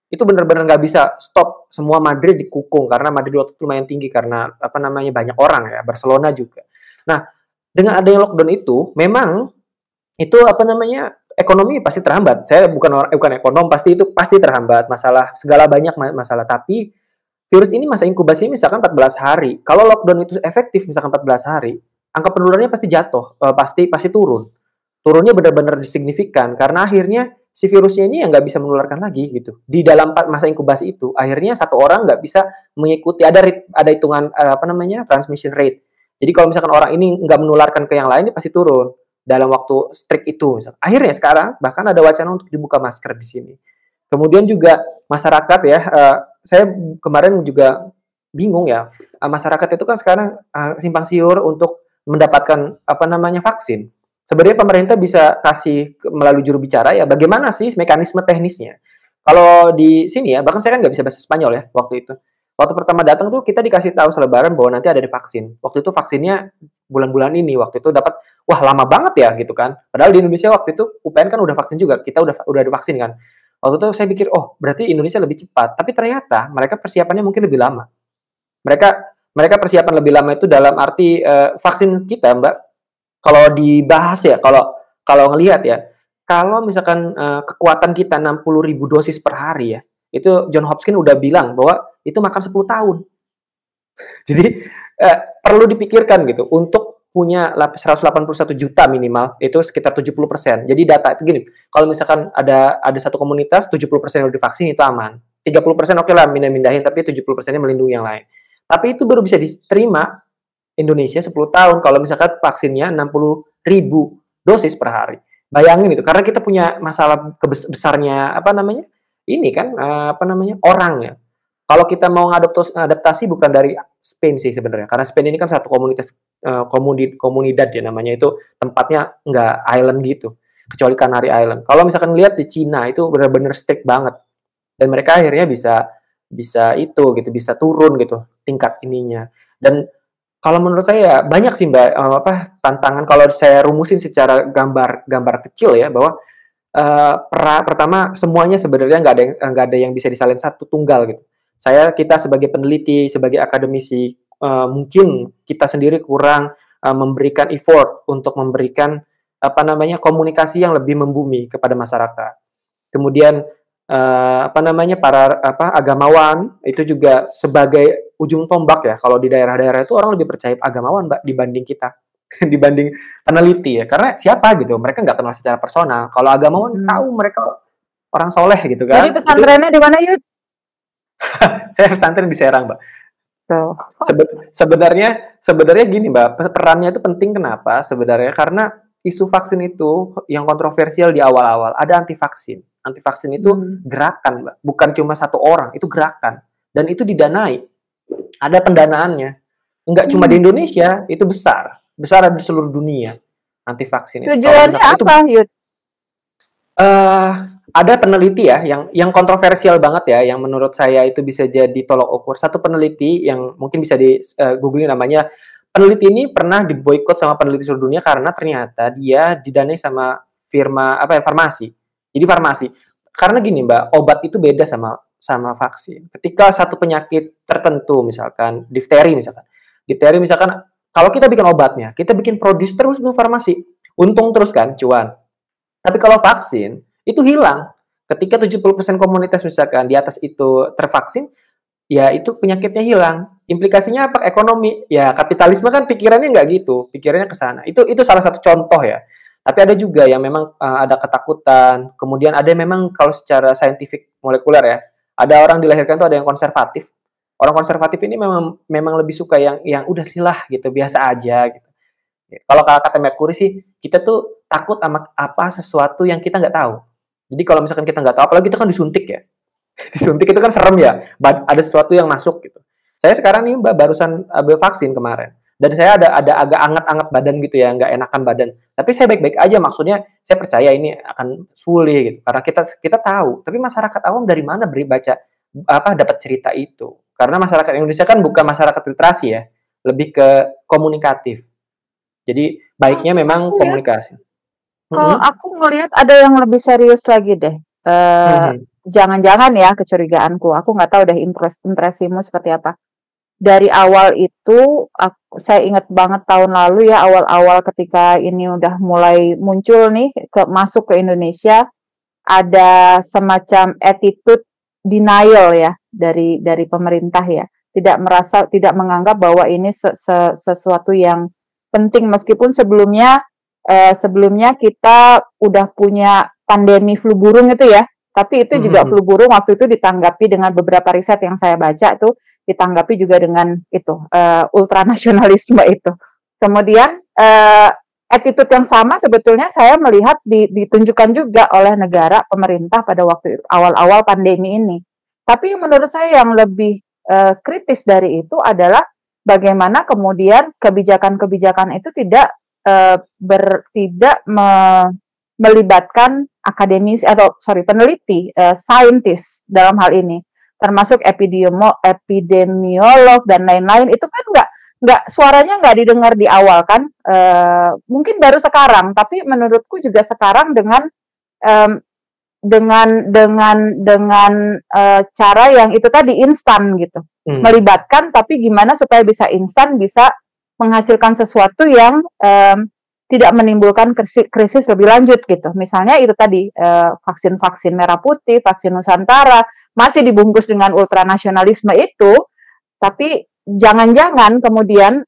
itu benar-benar nggak bisa stop, semua Madrid dikukung karena Madrid waktu itu lumayan tinggi karena apa namanya banyak orang ya, Barcelona juga. Nah, dengan adanya lockdown itu memang itu apa namanya ekonomi pasti terhambat. Saya bukan ekonom, pasti itu pasti terhambat, masalah segala banyak masalah. Tapi virus ini masa inkubasinya misalkan 14 hari. Kalau lockdown itu efektif misalkan 14 hari, angka penularannya pasti jatuh, pasti turun. Turunnya benar-benar signifikan karena akhirnya si virusnya ini yang nggak bisa menularkan lagi gitu. Di dalam masa inkubasi itu, akhirnya satu orang nggak bisa mengikuti, ada hitungan apa namanya transmission rate. Jadi kalau misalkan orang ini nggak menularkan ke yang lain, dia pasti turun dalam waktu strict itu. Misalkan. Akhirnya sekarang bahkan ada wacana untuk dibuka masker di sini. Kemudian juga masyarakat ya, saya kemarin juga bingung ya, masyarakat itu kan sekarang simpang siur untuk mendapatkan apa namanya vaksin. Sebenarnya pemerintah bisa kasih melalui juru bicara ya, bagaimana sih mekanisme teknisnya. Kalau di sini ya, bahkan saya kan nggak bisa bahasa Spanyol ya waktu itu. Waktu pertama datang tuh kita dikasih tahu selebaran bahwa nanti ada vaksin. Waktu itu vaksinnya bulan-bulan ini, waktu itu dapat, wah lama banget ya gitu kan. Padahal di Indonesia waktu itu UPN kan udah vaksin juga, kita udah ada vaksin kan. Waktu itu saya pikir, oh berarti Indonesia lebih cepat. Tapi ternyata mereka persiapannya mungkin lebih lama. Mereka persiapan lebih lama itu dalam arti vaksin kita, Mbak. Kalau dibahas ya, kalau ngelihat ya, kalau misalkan kekuatan kita 60.000 dosis per hari ya, itu John Hopkins udah bilang bahwa itu makan 10 tahun. Jadi perlu dipikirkan gitu untuk punya 181 juta minimal, itu sekitar 70%. Jadi data itu gini, kalau misalkan ada satu komunitas 70% yang udah divaksin itu aman. 30% oke lah mindahin, tapi 70%-nya melindungi yang lain. Tapi itu baru bisa diterima Indonesia 10 tahun kalau misalkan vaksinnya 60.000 dosis per hari. Bayangin itu, karena kita punya masalah besarnya apa namanya? Ini kan apa namanya? Orang ya. Kalau kita mau adaptasi bukan dari Spain sih sebenarnya. Karena Spain ini kan satu komunitas komunidad ya namanya, itu tempatnya nggak island gitu. Kecuali Canary Island. Kalau misalkan lihat di Cina itu benar-benar strict banget. Dan mereka akhirnya bisa itu gitu, bisa turun gitu tingkat ininya. Dan kalau menurut saya banyak sih Mbak tantangan kalau saya rumusin secara gambar kecil ya, bahwa pertama semuanya sebenarnya nggak ada yang bisa disalin satu tunggal gitu. Kita sebagai peneliti, sebagai akademisi, mungkin kita sendiri kurang memberikan effort untuk memberikan apa namanya komunikasi yang lebih membumi kepada masyarakat. Kemudian apa namanya para agamawan itu juga sebagai ujung tombak ya. Kalau di daerah-daerah itu orang lebih percaya agamawan Mbak dibanding kita, dibanding peneliti ya. Karena siapa gitu, mereka nggak kenal secara personal. Kalau agamawan tahu mereka orang soleh gitu kan. Jadi pesantrennya di mana Yud? Saya pesantren di Serang Mbak. Tuh. Sebenarnya gini Mbak, perannya itu penting kenapa? Sebenarnya karena isu vaksin itu yang kontroversial di awal-awal, ada anti vaksin. Anti vaksin itu gerakan, Mbak. Bukan cuma satu orang, itu gerakan. Dan itu didanai. Ada pendanaannya. Enggak cuma di Indonesia, itu besar. Besar di seluruh dunia. Anti vaksin itu. Tujuannya apa, Yud? Ada peneliti ya, yang kontroversial banget ya, yang menurut saya itu bisa jadi tolok ukur. Satu peneliti yang mungkin bisa di googling namanya. Peneliti ini pernah diboikot sama peneliti seluruh dunia karena ternyata dia didanai sama firma farmasi. Jadi farmasi. Karena gini Mbak, obat itu beda sama vaksin. Ketika satu penyakit tertentu misalkan difteri misalkan kalau kita bikin obatnya, kita bikin produce terus itu farmasi. Untung terus kan, cuan. Tapi kalau vaksin itu hilang. Ketika 70% komunitas misalkan di atas itu tervaksin, ya itu penyakitnya hilang. Implikasinya apa? Ekonomi. Ya kapitalisme kan pikirannya nggak gitu, pikirannya ke sana. Itu salah satu contoh ya. Tapi ada juga yang memang ada ketakutan. Kemudian ada yang memang kalau secara saintifik molekuler ya, ada orang dilahirkan tuh ada yang konservatif. Orang konservatif ini memang lebih suka yang udah silah gitu, biasa aja gitu. Kalau kata Mercury sih, kita tuh takut sama sesuatu yang kita nggak tahu. Jadi kalau misalkan kita nggak tahu, apalagi itu kan disuntik ya. Disuntik itu kan serem ya, ada sesuatu yang masuk gitu. Saya sekarang nih Mbak barusan ambil vaksin kemarin, dan saya ada agak anget-anget badan gitu ya, nggak enakan badan. Tapi saya baik-baik aja, maksudnya saya percaya ini akan pulih gitu. Karena kita tahu, tapi masyarakat awam dari mana dapat cerita itu? Karena masyarakat Indonesia kan bukan masyarakat literasi ya, lebih ke komunikatif. Jadi baiknya memang komunikasi. Kalau aku ngelihat ada yang lebih serius lagi deh. jangan-jangan ya kecurigaanku, aku nggak tahu deh impresimu seperti apa. Dari awal itu, saya ingat banget tahun lalu ya, awal-awal ketika ini udah mulai muncul nih, masuk ke Indonesia, ada semacam attitude denial ya dari pemerintah ya. Tidak menganggap bahwa ini sesuatu yang penting meskipun sebelumnya kita udah punya pandemi flu burung itu ya. Tapi itu juga flu burung waktu itu ditanggapi dengan beberapa riset yang saya baca tuh ditanggapi juga dengan itu ultranasionalisme itu. Kemudian attitude yang sama sebetulnya saya melihat ditunjukkan juga oleh negara pemerintah pada waktu awal-awal pandemi ini. Tapi menurut saya yang lebih kritis dari itu adalah bagaimana kemudian kebijakan-kebijakan itu tidak melibatkan akademis atau peneliti, saintis dalam hal ini, termasuk epidemiolog dan lain-lain. Itu kan nggak suaranya nggak didengar di awal kan, mungkin baru sekarang, tapi menurutku juga sekarang dengan cara yang itu tadi instan gitu, melibatkan tapi gimana supaya bisa instan, bisa menghasilkan sesuatu yang tidak menimbulkan krisis lebih lanjut gitu. Misalnya itu tadi vaksin merah putih, vaksin Nusantara masih dibungkus dengan ultranasionalisme itu, tapi jangan-jangan kemudian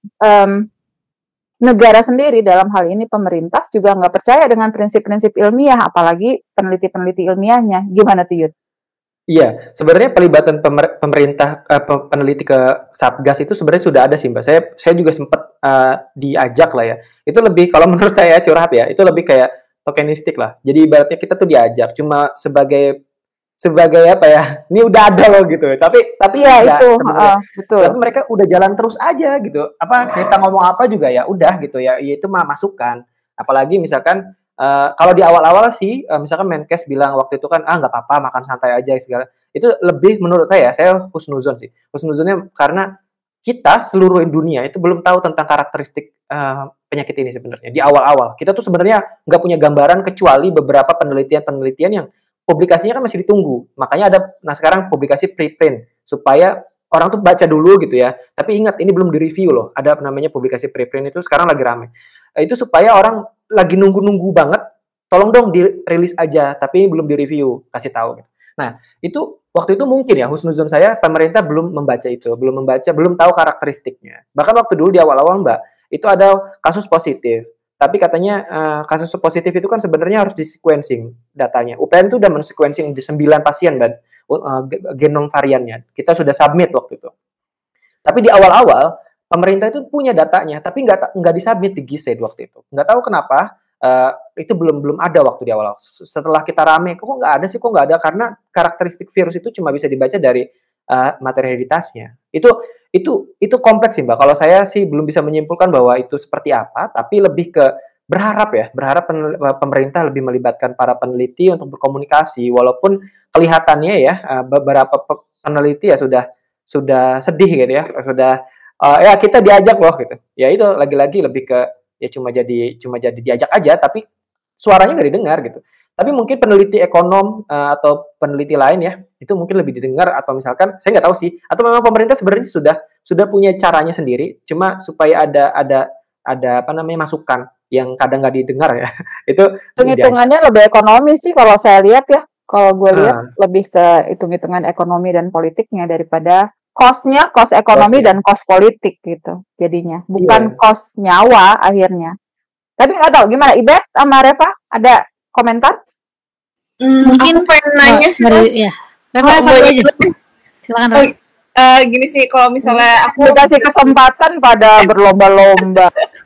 negara sendiri dalam hal ini pemerintah juga nggak percaya dengan prinsip-prinsip ilmiah, apalagi peneliti-peneliti ilmiahnya. Gimana tuh, Yud? Iya, sebenarnya pelibatan pemerintah peneliti ke Satgas itu sebenarnya sudah ada sih, Mbak. Saya juga sempat diajak lah ya. Itu lebih, kalau menurut saya curhat ya, itu lebih kayak tokenistik lah. Jadi ibaratnya kita tuh diajak cuma sebagai apa ya? Ini udah ada loh gitu. Tapi ya itu betul. Tapi mereka udah jalan terus aja gitu. Apa kita ngomong apa juga ya udah gitu ya. Itu mah masukan. Apalagi misalkan kalau di awal-awal sih, misalkan Menkes bilang waktu itu kan, nggak apa-apa, makan santai aja segala. Itu lebih menurut saya husnuzon sih. Husnuzonnya karena kita seluruh dunia itu belum tahu tentang karakteristik penyakit ini sebenarnya. Di awal-awal kita tuh sebenarnya nggak punya gambaran kecuali beberapa penelitian yang publikasinya kan masih ditunggu. Makanya sekarang publikasi preprint supaya orang tuh baca dulu gitu ya. Tapi ingat ini belum di-review loh. Ada namanya publikasi preprint itu sekarang lagi rame. Itu supaya orang lagi nunggu-nunggu banget, tolong dong dirilis aja, tapi belum di-review, kasih tahu. Nah, itu waktu itu mungkin ya, husnuzon saya, pemerintah belum membaca itu, belum tahu karakteristiknya. Bahkan waktu dulu di awal-awal Mbak, itu ada kasus positif, tapi katanya kasus positif itu kan sebenarnya harus di-sequencing datanya. UPN itu udah men-sequencing di 9 pasien, Mbak, genom variannya. Kita sudah submit waktu itu. Tapi di awal-awal, pemerintah itu punya datanya, tapi nggak disubmit di GISED waktu itu. Nggak tahu kenapa, itu belum ada waktu di awal-awal. Setelah kita rame, kok nggak ada, karena karakteristik virus itu cuma bisa dibaca dari materi hereditasnya. Itu kompleks sih, Mbak. Kalau saya sih belum bisa menyimpulkan bahwa itu seperti apa, tapi lebih ke berharap pemerintah lebih melibatkan para peneliti untuk berkomunikasi, walaupun kelihatannya ya beberapa peneliti ya sudah sedih gitu ya, sudah ya kita diajak loh gitu. Ya itu lagi-lagi lebih ke ya cuma jadi diajak aja, tapi suaranya nggak didengar gitu. Tapi mungkin peneliti ekonom atau peneliti lain ya itu mungkin lebih didengar, atau misalkan saya nggak tahu sih, atau memang pemerintah sebenarnya sudah punya caranya sendiri, cuma supaya ada apa namanya masukan yang kadang nggak didengar ya. Itu hitung-hitungannya lebih ekonomi sih kalau saya lihat ya. Kalau gue lihat lebih ke hitung-hitungan ekonomi dan politiknya daripada cost ekonomi dan cost politik gitu jadinya, bukan cost nyawa akhirnya. Tapi nggak tahu gimana, Ibet sama Reva ada komentar? Mungkin aku pengen nanya sih, ya. Reva aja. Silakan. Gini sih, kalau misalnya aku dikasih kesempatan pada berlomba-lomba.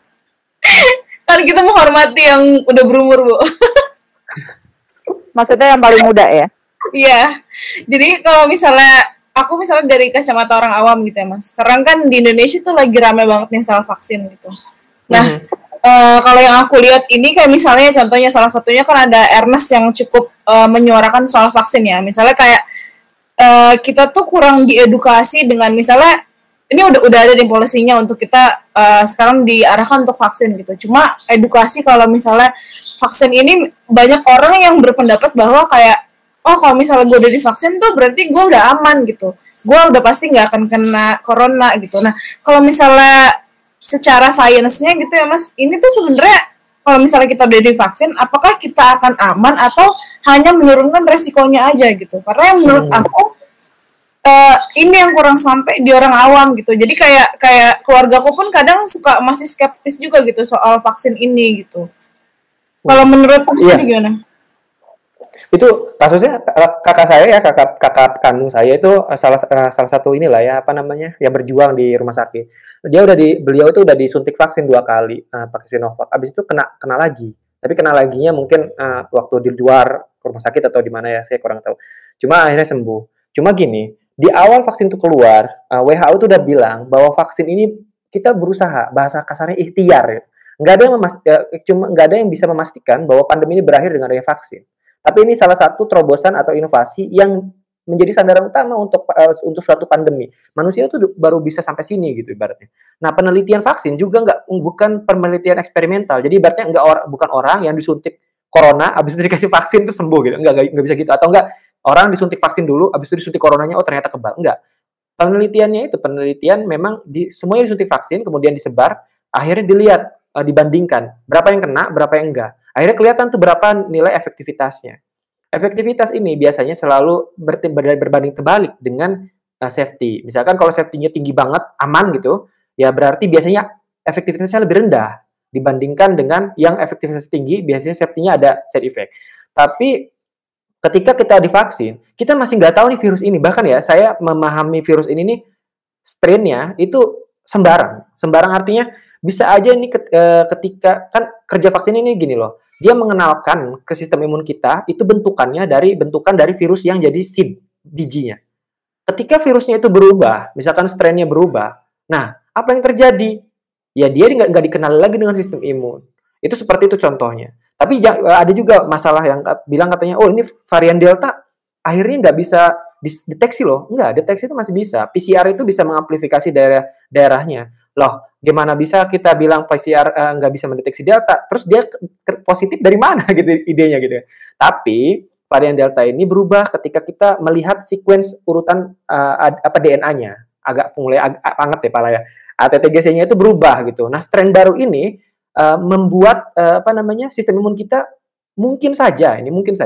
Kan kita menghormati yang udah berumur, Bu. Maksudnya yang paling muda ya? Iya. Jadi kalau aku misalnya dari kacamata orang awam gitu ya, Mas. Sekarang kan di Indonesia tuh lagi rame banget nih soal vaksin gitu. Nah, kalau yang aku lihat ini kayak misalnya contohnya salah satunya kan ada Ernest yang cukup menyuarakan soal vaksin ya. Misalnya kayak kita tuh kurang diedukasi dengan misalnya ini udah ada di polisinya untuk kita sekarang diarahkan untuk vaksin gitu. Cuma edukasi kalau misalnya vaksin ini banyak orang yang berpendapat bahwa kayak oh kalau misalnya gue udah divaksin tuh berarti gue udah aman gitu, gue udah pasti nggak akan kena corona gitu. Nah kalau misalnya secara sainsnya gitu ya Mas, ini tuh sebenarnya kalau misalnya kita udah divaksin, apakah kita akan aman atau hanya menurunkan resikonya aja gitu? Karena yang menurut aku ini yang kurang sampai di orang awam gitu. Jadi kayak keluargaku pun kadang suka masih skeptis juga gitu soal vaksin ini gitu. Kalau menurut Mas gimana? Itu kasusnya kakak saya ya, kakak kandung saya itu salah satu inilah ya, apa namanya, yang berjuang di rumah sakit. Beliau itu udah disuntik vaksin 2 kali pakai Sinovac. Abis itu kena lagi. Tapi kena laginya mungkin waktu di luar rumah sakit atau di mana ya, saya kurang tahu. Cuma akhirnya sembuh. Cuma gini, di awal vaksin itu keluar, WHO itu udah bilang bahwa vaksin ini kita berusaha, bahasa kasarnya ikhtiar. Nggak ada yang bisa memastikan bahwa pandemi ini berakhir dengan adanya vaksin. Tapi ini salah satu terobosan atau inovasi yang menjadi sandaran utama untuk suatu pandemi. Manusia itu baru bisa sampai sini gitu ibaratnya. Nah, penelitian vaksin juga bukan penelitian eksperimental. Jadi ibaratnya bukan orang yang disuntik corona habis itu dikasih vaksin terus sembuh gitu. Enggak bisa gitu. Atau enggak orang disuntik vaksin dulu habis itu disuntik coronanya ternyata kebal. Enggak. Penelitian memang semuanya disuntik vaksin kemudian disebar, akhirnya dilihat dibandingkan berapa yang kena, berapa yang enggak. Akhirnya kelihatan tuh berapa nilai efektivitasnya. Efektivitas ini biasanya selalu berbanding terbalik dengan safety. Misalkan kalau safety-nya tinggi banget, aman gitu, ya berarti biasanya efektivitasnya lebih rendah dibandingkan dengan yang efektivitas tinggi, biasanya safety-nya ada side effect. Tapi ketika kita divaksin, kita masih nggak tahu nih virus ini. Bahkan ya, saya memahami virus ini nih, strain-nya itu sembarang. Sembarang artinya bisa aja nih ketika kan kerja vaksin ini gini loh, dia mengenalkan ke sistem imun kita itu bentukan dari virus yang jadi seed bijinya. Ketika virusnya itu berubah, misalkan strain-nya berubah, nah apa yang terjadi? Ya dia nggak dikenal lagi dengan sistem imun. Itu seperti itu contohnya. Tapi ada juga masalah yang bilang katanya, oh ini varian Delta akhirnya nggak bisa deteksi loh. Nggak, deteksi itu masih bisa. PCR itu bisa mengamplifikasi daerahnya. Loh, gimana bisa kita bilang PCR nggak bisa mendeteksi Delta, terus dia positif dari mana gitu idenya gitu. Tapi varian Delta ini berubah ketika kita melihat sequence urutan DNA-nya. Mulai anget ya pala ya. ATTGC-nya itu berubah gitu. Nah, strain baru ini membuat sistem imun kita mungkin saja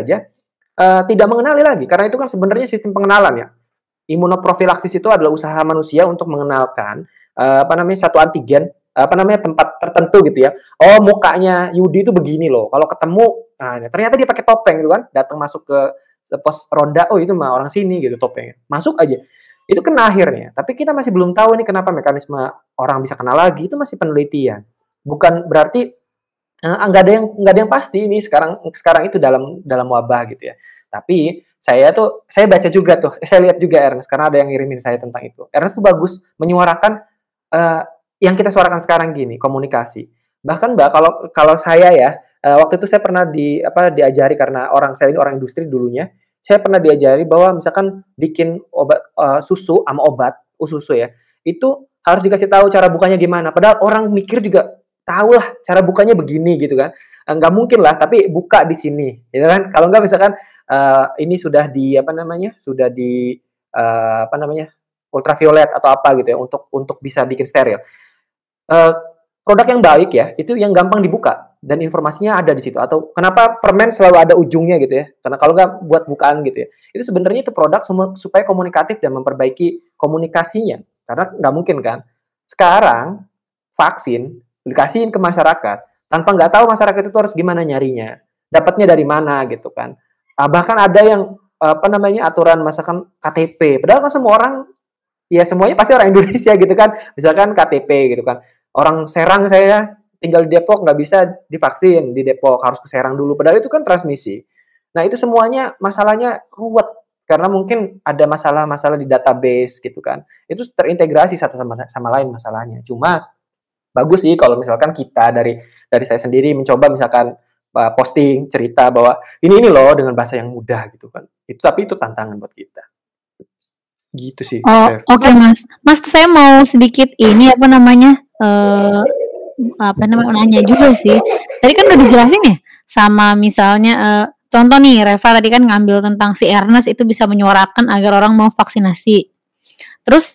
tidak mengenali lagi, karena itu kan sebenarnya sistem pengenalan ya. Imunoprofilaksis itu adalah usaha manusia untuk mengenalkan satu antigen, tempat tertentu gitu ya. Oh, mukanya Yudi itu begini loh. Kalau ketemu, nah ternyata dia pakai topeng gitu kan, datang masuk ke pos ronda, oh itu mah orang sini gitu topengnya. Masuk aja. Itu kena akhirnya. Tapi kita masih belum tahu nih kenapa mekanisme orang bisa kena lagi, itu masih penelitian. Bukan berarti nggak ada yang pasti ini sekarang itu dalam wabah gitu ya. Tapi saya baca juga tuh, saya lihat juga Ernest karena ada yang ngirimin saya tentang itu. Ernest tuh bagus menyuarakan yang kita suarakan sekarang gini, komunikasi. Bahkan Mbak, kalau saya ya, waktu itu saya pernah diajari karena saya ini orang industri dulunya, saya pernah diajari bahwa misalkan bikin obat susu sama obat susu ya, itu harus dikasih tahu cara bukanya gimana. Padahal orang mikir juga tahu lah cara bukanya begini gitu kan. Nggak mungkin lah, tapi buka di sini, gitu kan? Kalau nggak misalkan ini sudah di ultraviolet atau apa gitu ya untuk bisa bikin steril. Produk yang baik ya itu yang gampang dibuka dan informasinya ada di situ. Atau kenapa permen selalu ada ujungnya gitu ya? Karena kalau nggak buat bukaan gitu ya. Itu sebenarnya itu produk supaya komunikatif dan memperbaiki komunikasinya. Karena nggak mungkin kan sekarang vaksin dikasihin ke masyarakat tanpa nggak tahu masyarakat itu harus gimana nyarinya, dapatnya dari mana gitu kan. Bahkan ada yang aturan misalkan KTP, padahal kan semua orang ya semuanya pasti orang Indonesia gitu kan, misalkan KTP gitu kan. Orang Serang, saya tinggal di Depok, nggak bisa divaksin di Depok, harus ke Serang dulu, padahal itu kan transmisi. Nah itu semuanya masalahnya ruwet karena mungkin ada masalah-masalah di database gitu kan, itu terintegrasi satu sama lain masalahnya. Cuma bagus sih kalau misalkan kita dari saya sendiri mencoba misalkan posting cerita bahwa ini loh dengan bahasa yang mudah gitu kan. Tapi itu tantangan buat kita. Gitu sih. Oh, oke, Mas. Mas, saya mau sedikit nanya juga sih. Tadi kan udah dijelasin ya sama misalnya contoh nih, Reva tadi kan ngambil tentang si Ernest itu bisa menyuarakan agar orang mau vaksinasi. Terus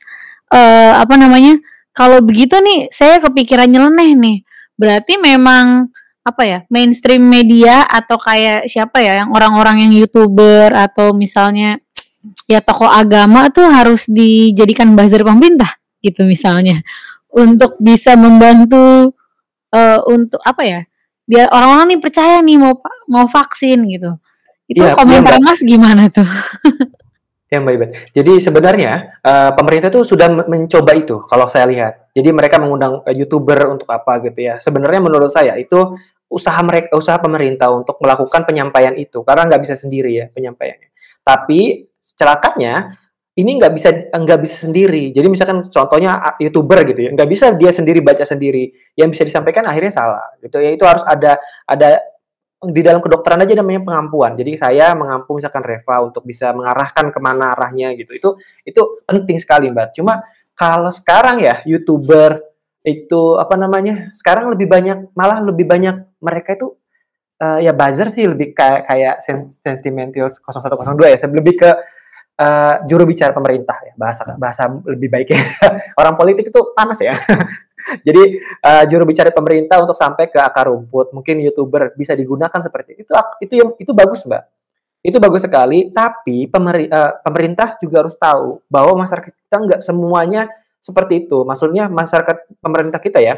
kalau begitu nih saya kepikiran nyeleneh nih. Berarti memang mainstream media atau kayak siapa ya, yang orang-orang yang YouTuber atau misalnya ya tokoh agama tuh harus dijadikan buzzer pemerintah gitu misalnya, untuk bisa membantu untuk biar orang-orang nih percaya nih mau vaksin gitu. Itu komentar Mas gimana tuh? Yang baik. Jadi sebenarnya pemerintah tuh sudah mencoba itu kalau saya lihat. Jadi mereka mengundang YouTuber untuk apa gitu ya. Sebenarnya menurut saya itu usaha pemerintah untuk melakukan penyampaian itu, karena nggak bisa sendiri ya penyampaiannya. Tapi celakanya ini nggak bisa sendiri. Jadi misalkan contohnya YouTuber gitu ya, nggak bisa dia sendiri baca sendiri. Yang bisa disampaikan akhirnya salah gitu ya. Itu harus ada di dalam kedokteran aja namanya pengampuan. Jadi saya mengampu misalkan Reva untuk bisa mengarahkan kemana arahnya gitu. Itu penting sekali, Mbak. Cuma kalau sekarang ya YouTuber itu sekarang lebih banyak mereka itu ya buzzer sih, lebih kayak sentimental 0102 ya, lebih ke juru bicara pemerintah ya, bahasa lebih baiknya. Orang politik itu panas ya. Jadi juru bicara pemerintah untuk sampai ke akar rumput. Mungkin YouTuber bisa digunakan seperti itu. Itu bagus, Mbak. Itu bagus sekali, tapi pemerintah juga harus tahu bahwa masyarakat kita nggak semuanya seperti itu. Maksudnya masyarakat pemerintah kita ya,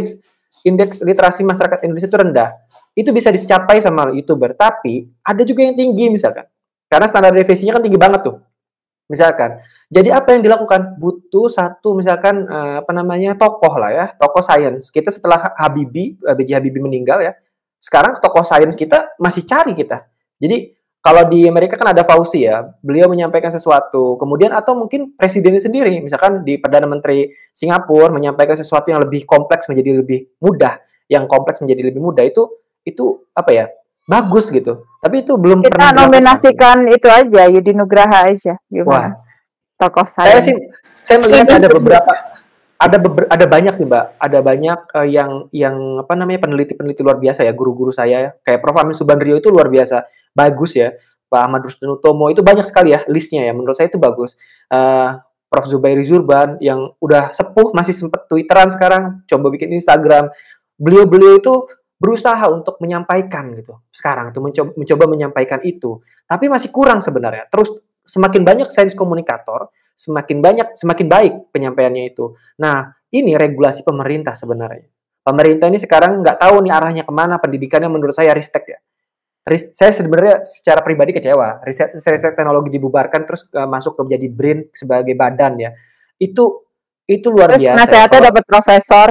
indeks literasi masyarakat Indonesia itu rendah. Itu bisa dicapai sama YouTuber, tapi ada juga yang tinggi misalkan. Karena standar definisinya kan tinggi banget tuh. Misalkan. Jadi apa yang dilakukan? Butuh satu misalkan tokoh lah ya, tokoh sains. Kita setelah B.J. Habibie meninggal ya, sekarang tokoh sains kita masih cari kita. Jadi kalau di Amerika kan ada Fauci ya, beliau menyampaikan sesuatu, kemudian atau mungkin presidennya sendiri, misalkan di Perdana Menteri Singapura menyampaikan sesuatu yang lebih kompleks menjadi lebih mudah, itu bagus gitu. Tapi itu belum pernah nominasikan itu aja, Yudi Nugraha aja. Gimana? Tokoh saya melihat ada banyak sih, Mbak. Ada banyak yang peneliti-peneliti luar biasa ya, guru-guru saya kayak Prof. Amin Subandrio itu luar biasa. Bagus ya, Pak Ahmad Rusdan Utomo itu banyak sekali ya listnya ya, menurut saya itu bagus. Prof. Zubairi Zurban yang udah sepuh masih sempat Twitteran sekarang, coba bikin Instagram. Beliau itu berusaha untuk menyampaikan gitu. Sekarang itu mencoba menyampaikan itu, tapi masih kurang sebenarnya. Terus semakin banyak sains komunikator, semakin baik penyampaiannya itu. Nah, ini regulasi pemerintah sebenarnya. Pemerintah ini sekarang nggak tahu nih arahnya kemana pendidikannya, menurut saya ristek ya. Saya sebenarnya secara pribadi kecewa. Riset teknologi dibubarkan terus masuk ke menjadi BRIN sebagai badan ya. Itu luar biasa. Nasihatnya dapat profesor.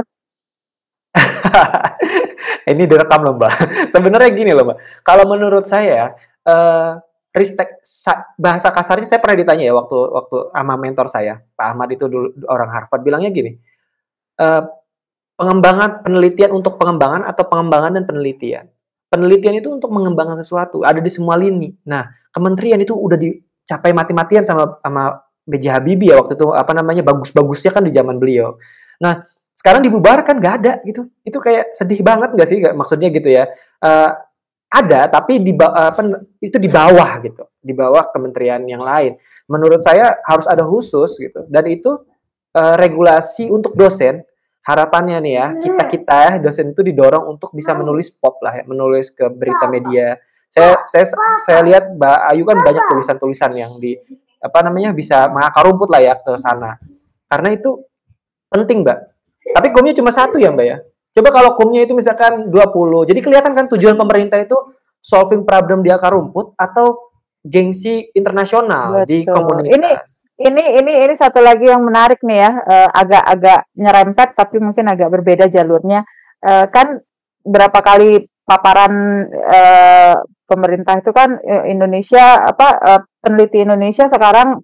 Ini direkam loh, Mbak. Sebenarnya gini loh, Mbak. Kalau menurut saya ristek bahasa kasarnya, saya pernah ditanya ya waktu sama mentor saya, Pak Ahmad itu dulu orang Harvard, bilangnya gini. Pengembangan penelitian untuk pengembangan atau pengembangan dan penelitian. Penelitian itu untuk mengembangkan sesuatu, ada di semua lini. Nah, kementerian itu udah dicapai mati-matian sama B.J. Habibie ya waktu itu, bagus-bagusnya kan di zaman beliau. Nah, sekarang dibubarkan, nggak ada gitu. Itu kayak sedih banget nggak sih? Maksudnya gitu ya. Ada, tapi itu di bawah gitu, di bawah kementerian yang lain. Menurut saya harus ada khusus gitu. Dan itu regulasi untuk dosen. Harapannya nih ya, kita dosen itu didorong untuk bisa menulis pop lah ya, menulis ke berita media. Saya lihat Mbak Ayu kan banyak tulisan-tulisan yang bisa mengakar rumput lah ya ke sana. Karena itu penting, Mbak. Tapi kumnya cuma satu ya, Mbak ya. Coba kalau kumnya itu misalkan 20. Jadi kelihatan kan tujuan pemerintah itu solving problem di akar rumput atau gengsi internasional. Betul. Di komunitas. Ini satu lagi yang menarik nih ya, agak nyerempet tapi mungkin agak berbeda jalurnya. Kan berapa kali paparan pemerintah itu kan Indonesia peneliti Indonesia sekarang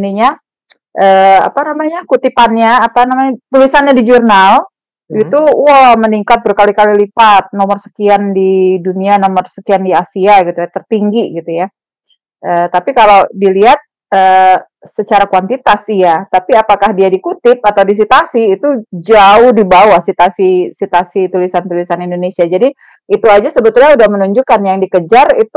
kutipannya tulisannya di jurnal itu meningkat berkali-kali lipat, nomor sekian di dunia, nomor sekian di Asia gitu ya, tertinggi gitu ya. Tapi kalau dilihat secara kuantitas ya, tapi apakah dia dikutip atau disitasi itu jauh di bawah sitasi tulisan-tulisan Indonesia. Jadi itu aja sebetulnya udah menunjukkan yang dikejar itu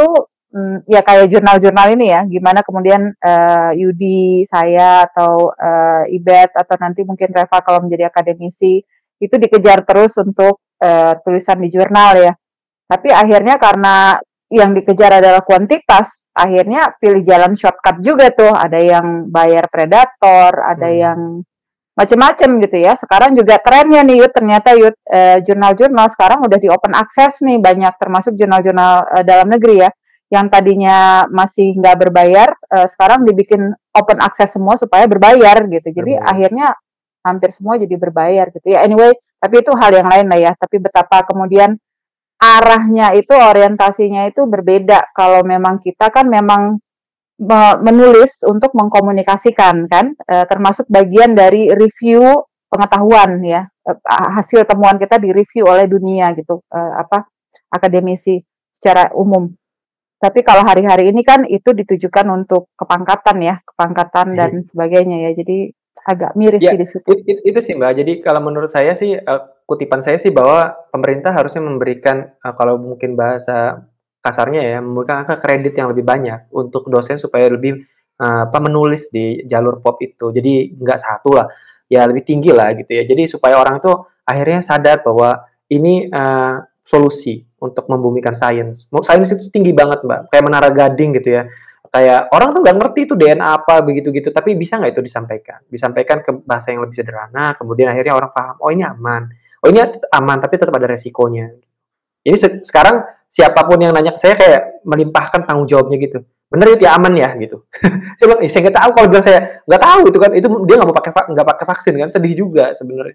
ya kayak jurnal-jurnal ini ya, gimana kemudian Yudi, saya atau Ibet atau nanti mungkin Reva kalau menjadi akademisi itu dikejar terus untuk tulisan di jurnal ya. Tapi akhirnya karena yang dikejar adalah kuantitas, akhirnya pilih jalan shortcut juga tuh. Ada yang bayar predator, ada yang macam-macam gitu ya. Sekarang juga trennya nih Yud, ternyata Yud, jurnal-jurnal sekarang udah di open access nih banyak, termasuk jurnal-jurnal dalam negeri ya. Yang tadinya masih nggak berbayar, sekarang dibikin open access semua supaya berbayar gitu. Jadi akhirnya hampir semua jadi berbayar gitu ya. Anyway, tapi itu hal yang lain lah ya. Tapi betapa kemudian arahnya itu, orientasinya itu berbeda. Kalau memang kita kan memang menulis untuk mengkomunikasikan kan, termasuk bagian dari review pengetahuan ya, hasil temuan kita direview oleh dunia gitu, akademisi secara umum. Tapi kalau hari-hari ini kan itu ditujukan untuk kepangkatan ya, kepangkatan dan sebagainya ya. Jadi agak miris Ya, sih di situ. itu sih Mbak. Jadi kalau menurut saya sih, kutipan saya sih bahwa pemerintah harusnya memberikan, kalau mungkin bahasa kasarnya ya, memberikan kredit yang lebih banyak untuk dosen supaya lebih menulis di jalur pop itu. Jadi nggak satu lah, ya lebih tinggi lah gitu ya. Jadi supaya orang itu akhirnya sadar bahwa ini solusi untuk membumikan sains. Sains itu tinggi banget Mbak, kayak menara gading gitu ya. Kayak orang tuh nggak ngerti itu DNA apa begitu-gitu, tapi bisa nggak itu disampaikan ke bahasa yang lebih sederhana, kemudian akhirnya orang paham, oh ini aman, oh ini aman tapi tetap ada resikonya. Ini sekarang siapapun yang nanya ke saya kayak melimpahkan tanggung jawabnya gitu, bener itu ya aman ya gitu. Saya bilang, saya nggak tahu, kalau bilang saya nggak tahu itu kan, itu dia nggak pakai vaksin kan, sedih juga sebenarnya.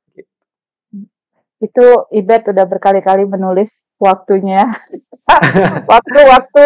Itu Ibet udah berkali-kali menulis waktunya. Waktu-waktu.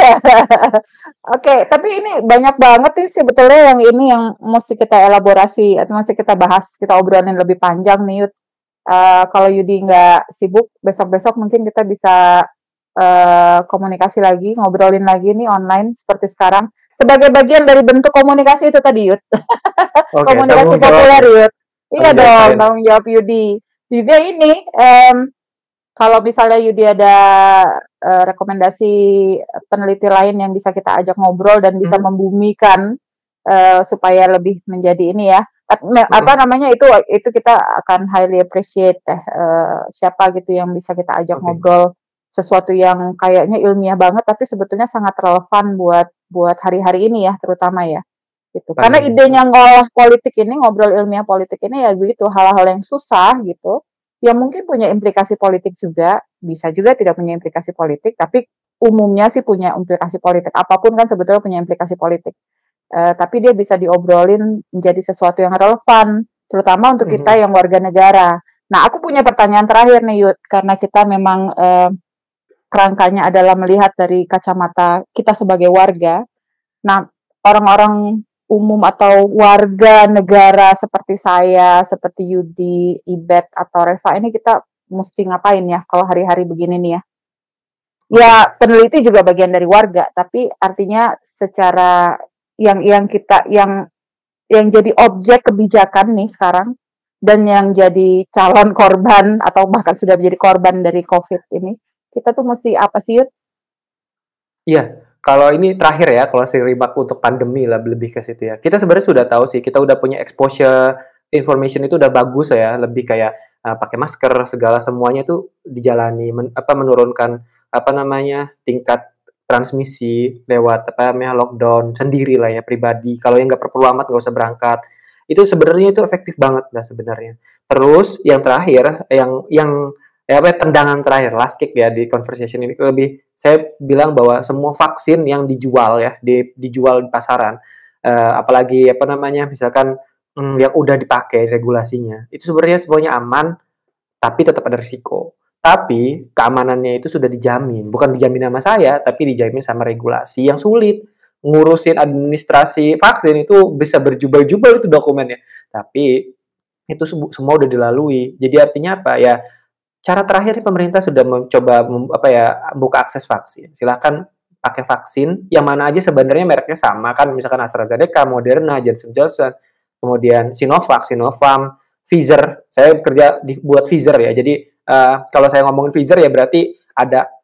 Oke, tapi ini banyak banget sih sebetulnya yang ini yang mesti kita elaborasi atau mesti kita bahas, kita obrolin lebih panjang nih Yud. Kalau Yudi nggak sibuk, besok-besok mungkin kita bisa komunikasi lagi, ngobrolin lagi nih online seperti sekarang. Sebagai bagian dari bentuk komunikasi itu tadi Yud. Oke, Komunikasi populer Yud. Iya dong, tanggung jawab Yudi. Juga ini, kalau misalnya Yudi ada rekomendasi peneliti lain yang bisa kita ajak ngobrol dan bisa membumikan supaya lebih menjadi ini ya, apa namanya itu kita akan highly appreciate siapa gitu yang bisa kita ajak ngobrol sesuatu yang kayaknya ilmiah banget tapi sebetulnya sangat relevan buat hari-hari ini ya terutama ya. Gitu. Karena idenya ngolah politik ini, ngobrol ilmiah politik ini ya begitu, hal-hal yang susah gitu, yang mungkin punya implikasi politik juga, bisa juga tidak punya implikasi politik, tapi umumnya sih punya implikasi politik. Apapun kan sebetulnya punya implikasi politik. Tapi dia bisa diobrolin menjadi sesuatu yang relevan, terutama untuk kita yang warga negara. Nah, aku punya pertanyaan terakhir nih Yud, karena kita memang kerangkanya adalah melihat dari kacamata kita sebagai warga. Nah, orang-orang umum atau warga negara seperti saya, seperti Yudi, Ibet, atau Reva ini kita mesti ngapain ya kalau hari-hari begini nih ya? Ya peneliti juga bagian dari warga, tapi artinya secara yang jadi objek kebijakan nih sekarang dan yang jadi calon korban atau bahkan sudah menjadi korban dari COVID ini, kita tuh mesti apa sih Yud? Iya. Kalau ini terakhir ya, kalau serimak untuk pandemi lah lebih ke situ ya. Kita sebenarnya sudah tahu sih, kita udah punya exposure information itu udah bagus ya, lebih kayak pakai masker segala semuanya itu dijalani, menurunkan tingkat transmisi lewat lockdown sendiri lah ya pribadi. Kalau yang nggak perlu amat nggak usah berangkat. Itu sebenarnya itu efektif banget lah sebenarnya. Terus yang terakhir yang tendangan terakhir, last kick ya di conversation ini lebih saya bilang bahwa semua vaksin yang dijual ya dijual di pasaran, apalagi misalkan yang udah dipakai regulasinya itu sebenarnya aman tapi tetap ada risiko. Tapi keamanannya itu sudah dijamin, bukan dijamin sama saya tapi dijamin sama regulasi yang sulit. Ngurusin administrasi vaksin itu bisa berjubel-jubel itu dokumennya, tapi itu semua udah dilalui. Jadi artinya apa ya? Cara terakhir pemerintah sudah mencoba buka akses vaksin. Silakan pakai vaksin yang mana aja sebenarnya mereknya sama kan, misalkan AstraZeneca, Moderna, Johnson Johnson, kemudian Sinovac, Sinopharm, Pfizer. Saya kerja buat Pfizer ya. Jadi kalau saya ngomongin Pfizer ya berarti ada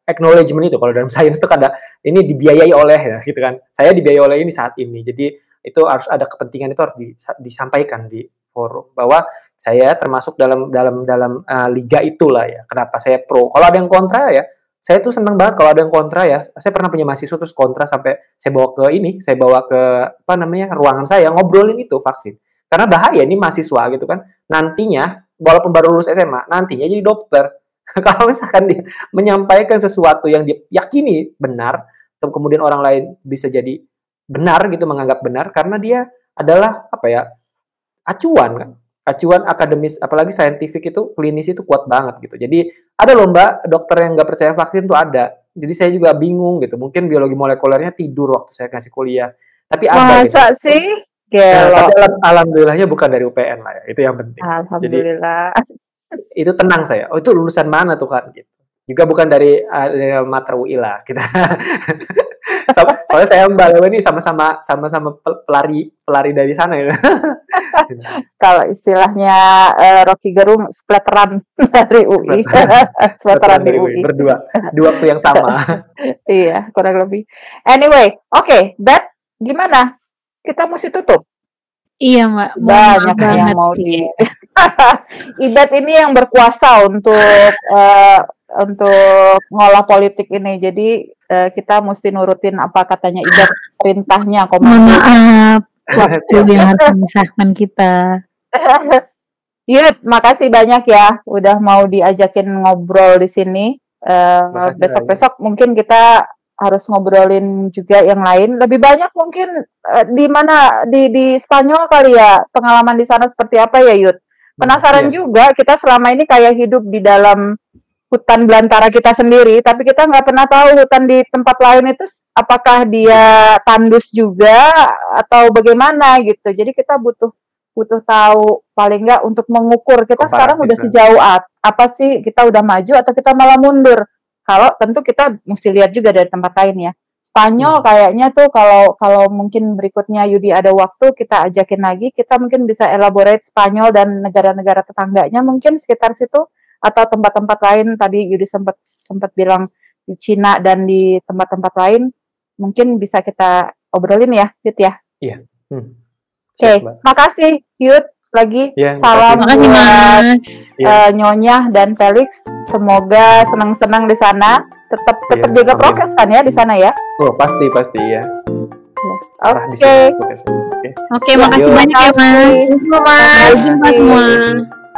acknowledgement itu kalau dalam sains itu ada ini dibiayai oleh ya gitu kan. Saya dibiayai oleh ini saat ini. Jadi itu harus ada kepentingan itu harus disampaikan di forum bahwa saya termasuk dalam liga itulah ya. Kenapa saya pro? Kalau ada yang kontra ya, saya tuh senang banget kalau ada yang kontra ya. Saya pernah punya mahasiswa terus kontra sampai saya bawa ke apa namanya ruangan saya ngobrolin itu vaksin. Karena bahaya ini mahasiswa gitu kan. Nantinya walaupun baru lulus SMA, nantinya jadi dokter. Kalau misalkan dia menyampaikan sesuatu yang dia yakini benar, atau kemudian orang lain bisa jadi benar gitu, menganggap benar karena dia adalah apa ya, acuan kan, acuan akademis, apalagi saintifik itu, klinis itu kuat banget gitu. Jadi ada lomba dokter yang nggak percaya vaksin tuh ada. Jadi saya juga bingung gitu. Mungkin biologi molekulernya tidur waktu saya ngasih kuliah. Tapi ada Masa gitu. sih? Nah, Gelo. tapi alhamdulillahnya bukan dari UPN lah ya. Itu yang penting. Jadi Alhamdulillah. itu tenang saya. Oh itu lulusan mana tuh kan? Gitu. Juga bukan dari Matra UI lah kita. Soalnya saya Mbak Lewa ini sama-sama pelari dari sana ya. Kalau istilahnya Rocky Gerung splatteran dari UI. Splatteran di UI. Berdua. Di waktu yang sama. Iya, kurang lebih. Anyway, oke, Dad, gimana? Kita mesti tutup. Iya, Mbak. Banyak yang mau di Ibat ini yang berkuasa untuk ngolah politik ini. Jadi kita mesti nurutin apa katanya Ibat, perintahnya Mohon maaf, waktu yang harus memisahkan kita. Yud, makasih banyak ya udah mau diajakin ngobrol di sini. Besok-besok mungkin kita harus ngobrolin juga yang lain. Lebih banyak mungkin di mana di Spanyol kali ya, pengalaman di sana seperti apa ya, Yud? Penasaran juga, kita selama ini kayak hidup di dalam hutan belantara kita sendiri, tapi kita nggak pernah tahu hutan di tempat lain itu apakah dia tandus juga atau bagaimana gitu. Jadi kita butuh tahu paling nggak untuk mengukur kita sekarang udah sejauh apa sih, kita udah maju atau kita malah mundur. Kalau tentu kita mesti lihat juga dari tempat lain ya. Spanyol kayaknya tuh kalau mungkin berikutnya Yudi ada waktu kita ajakin lagi, kita mungkin bisa elaborate Spanyol dan negara-negara tetangganya mungkin sekitar situ atau tempat-tempat lain. Tadi Yudi sempat bilang di Cina dan di tempat-tempat lain mungkin bisa kita obrolin ya, Yud ya. Iya. Oke, makasih Yud. Lagi salam buat Nyonya dan Felix, semoga senang-senang di sana, tetap jaga prokes kan ya di sana ya. Oh pasti ya. Oke, makasih banyak ya Mas. Sampai jumpa semua.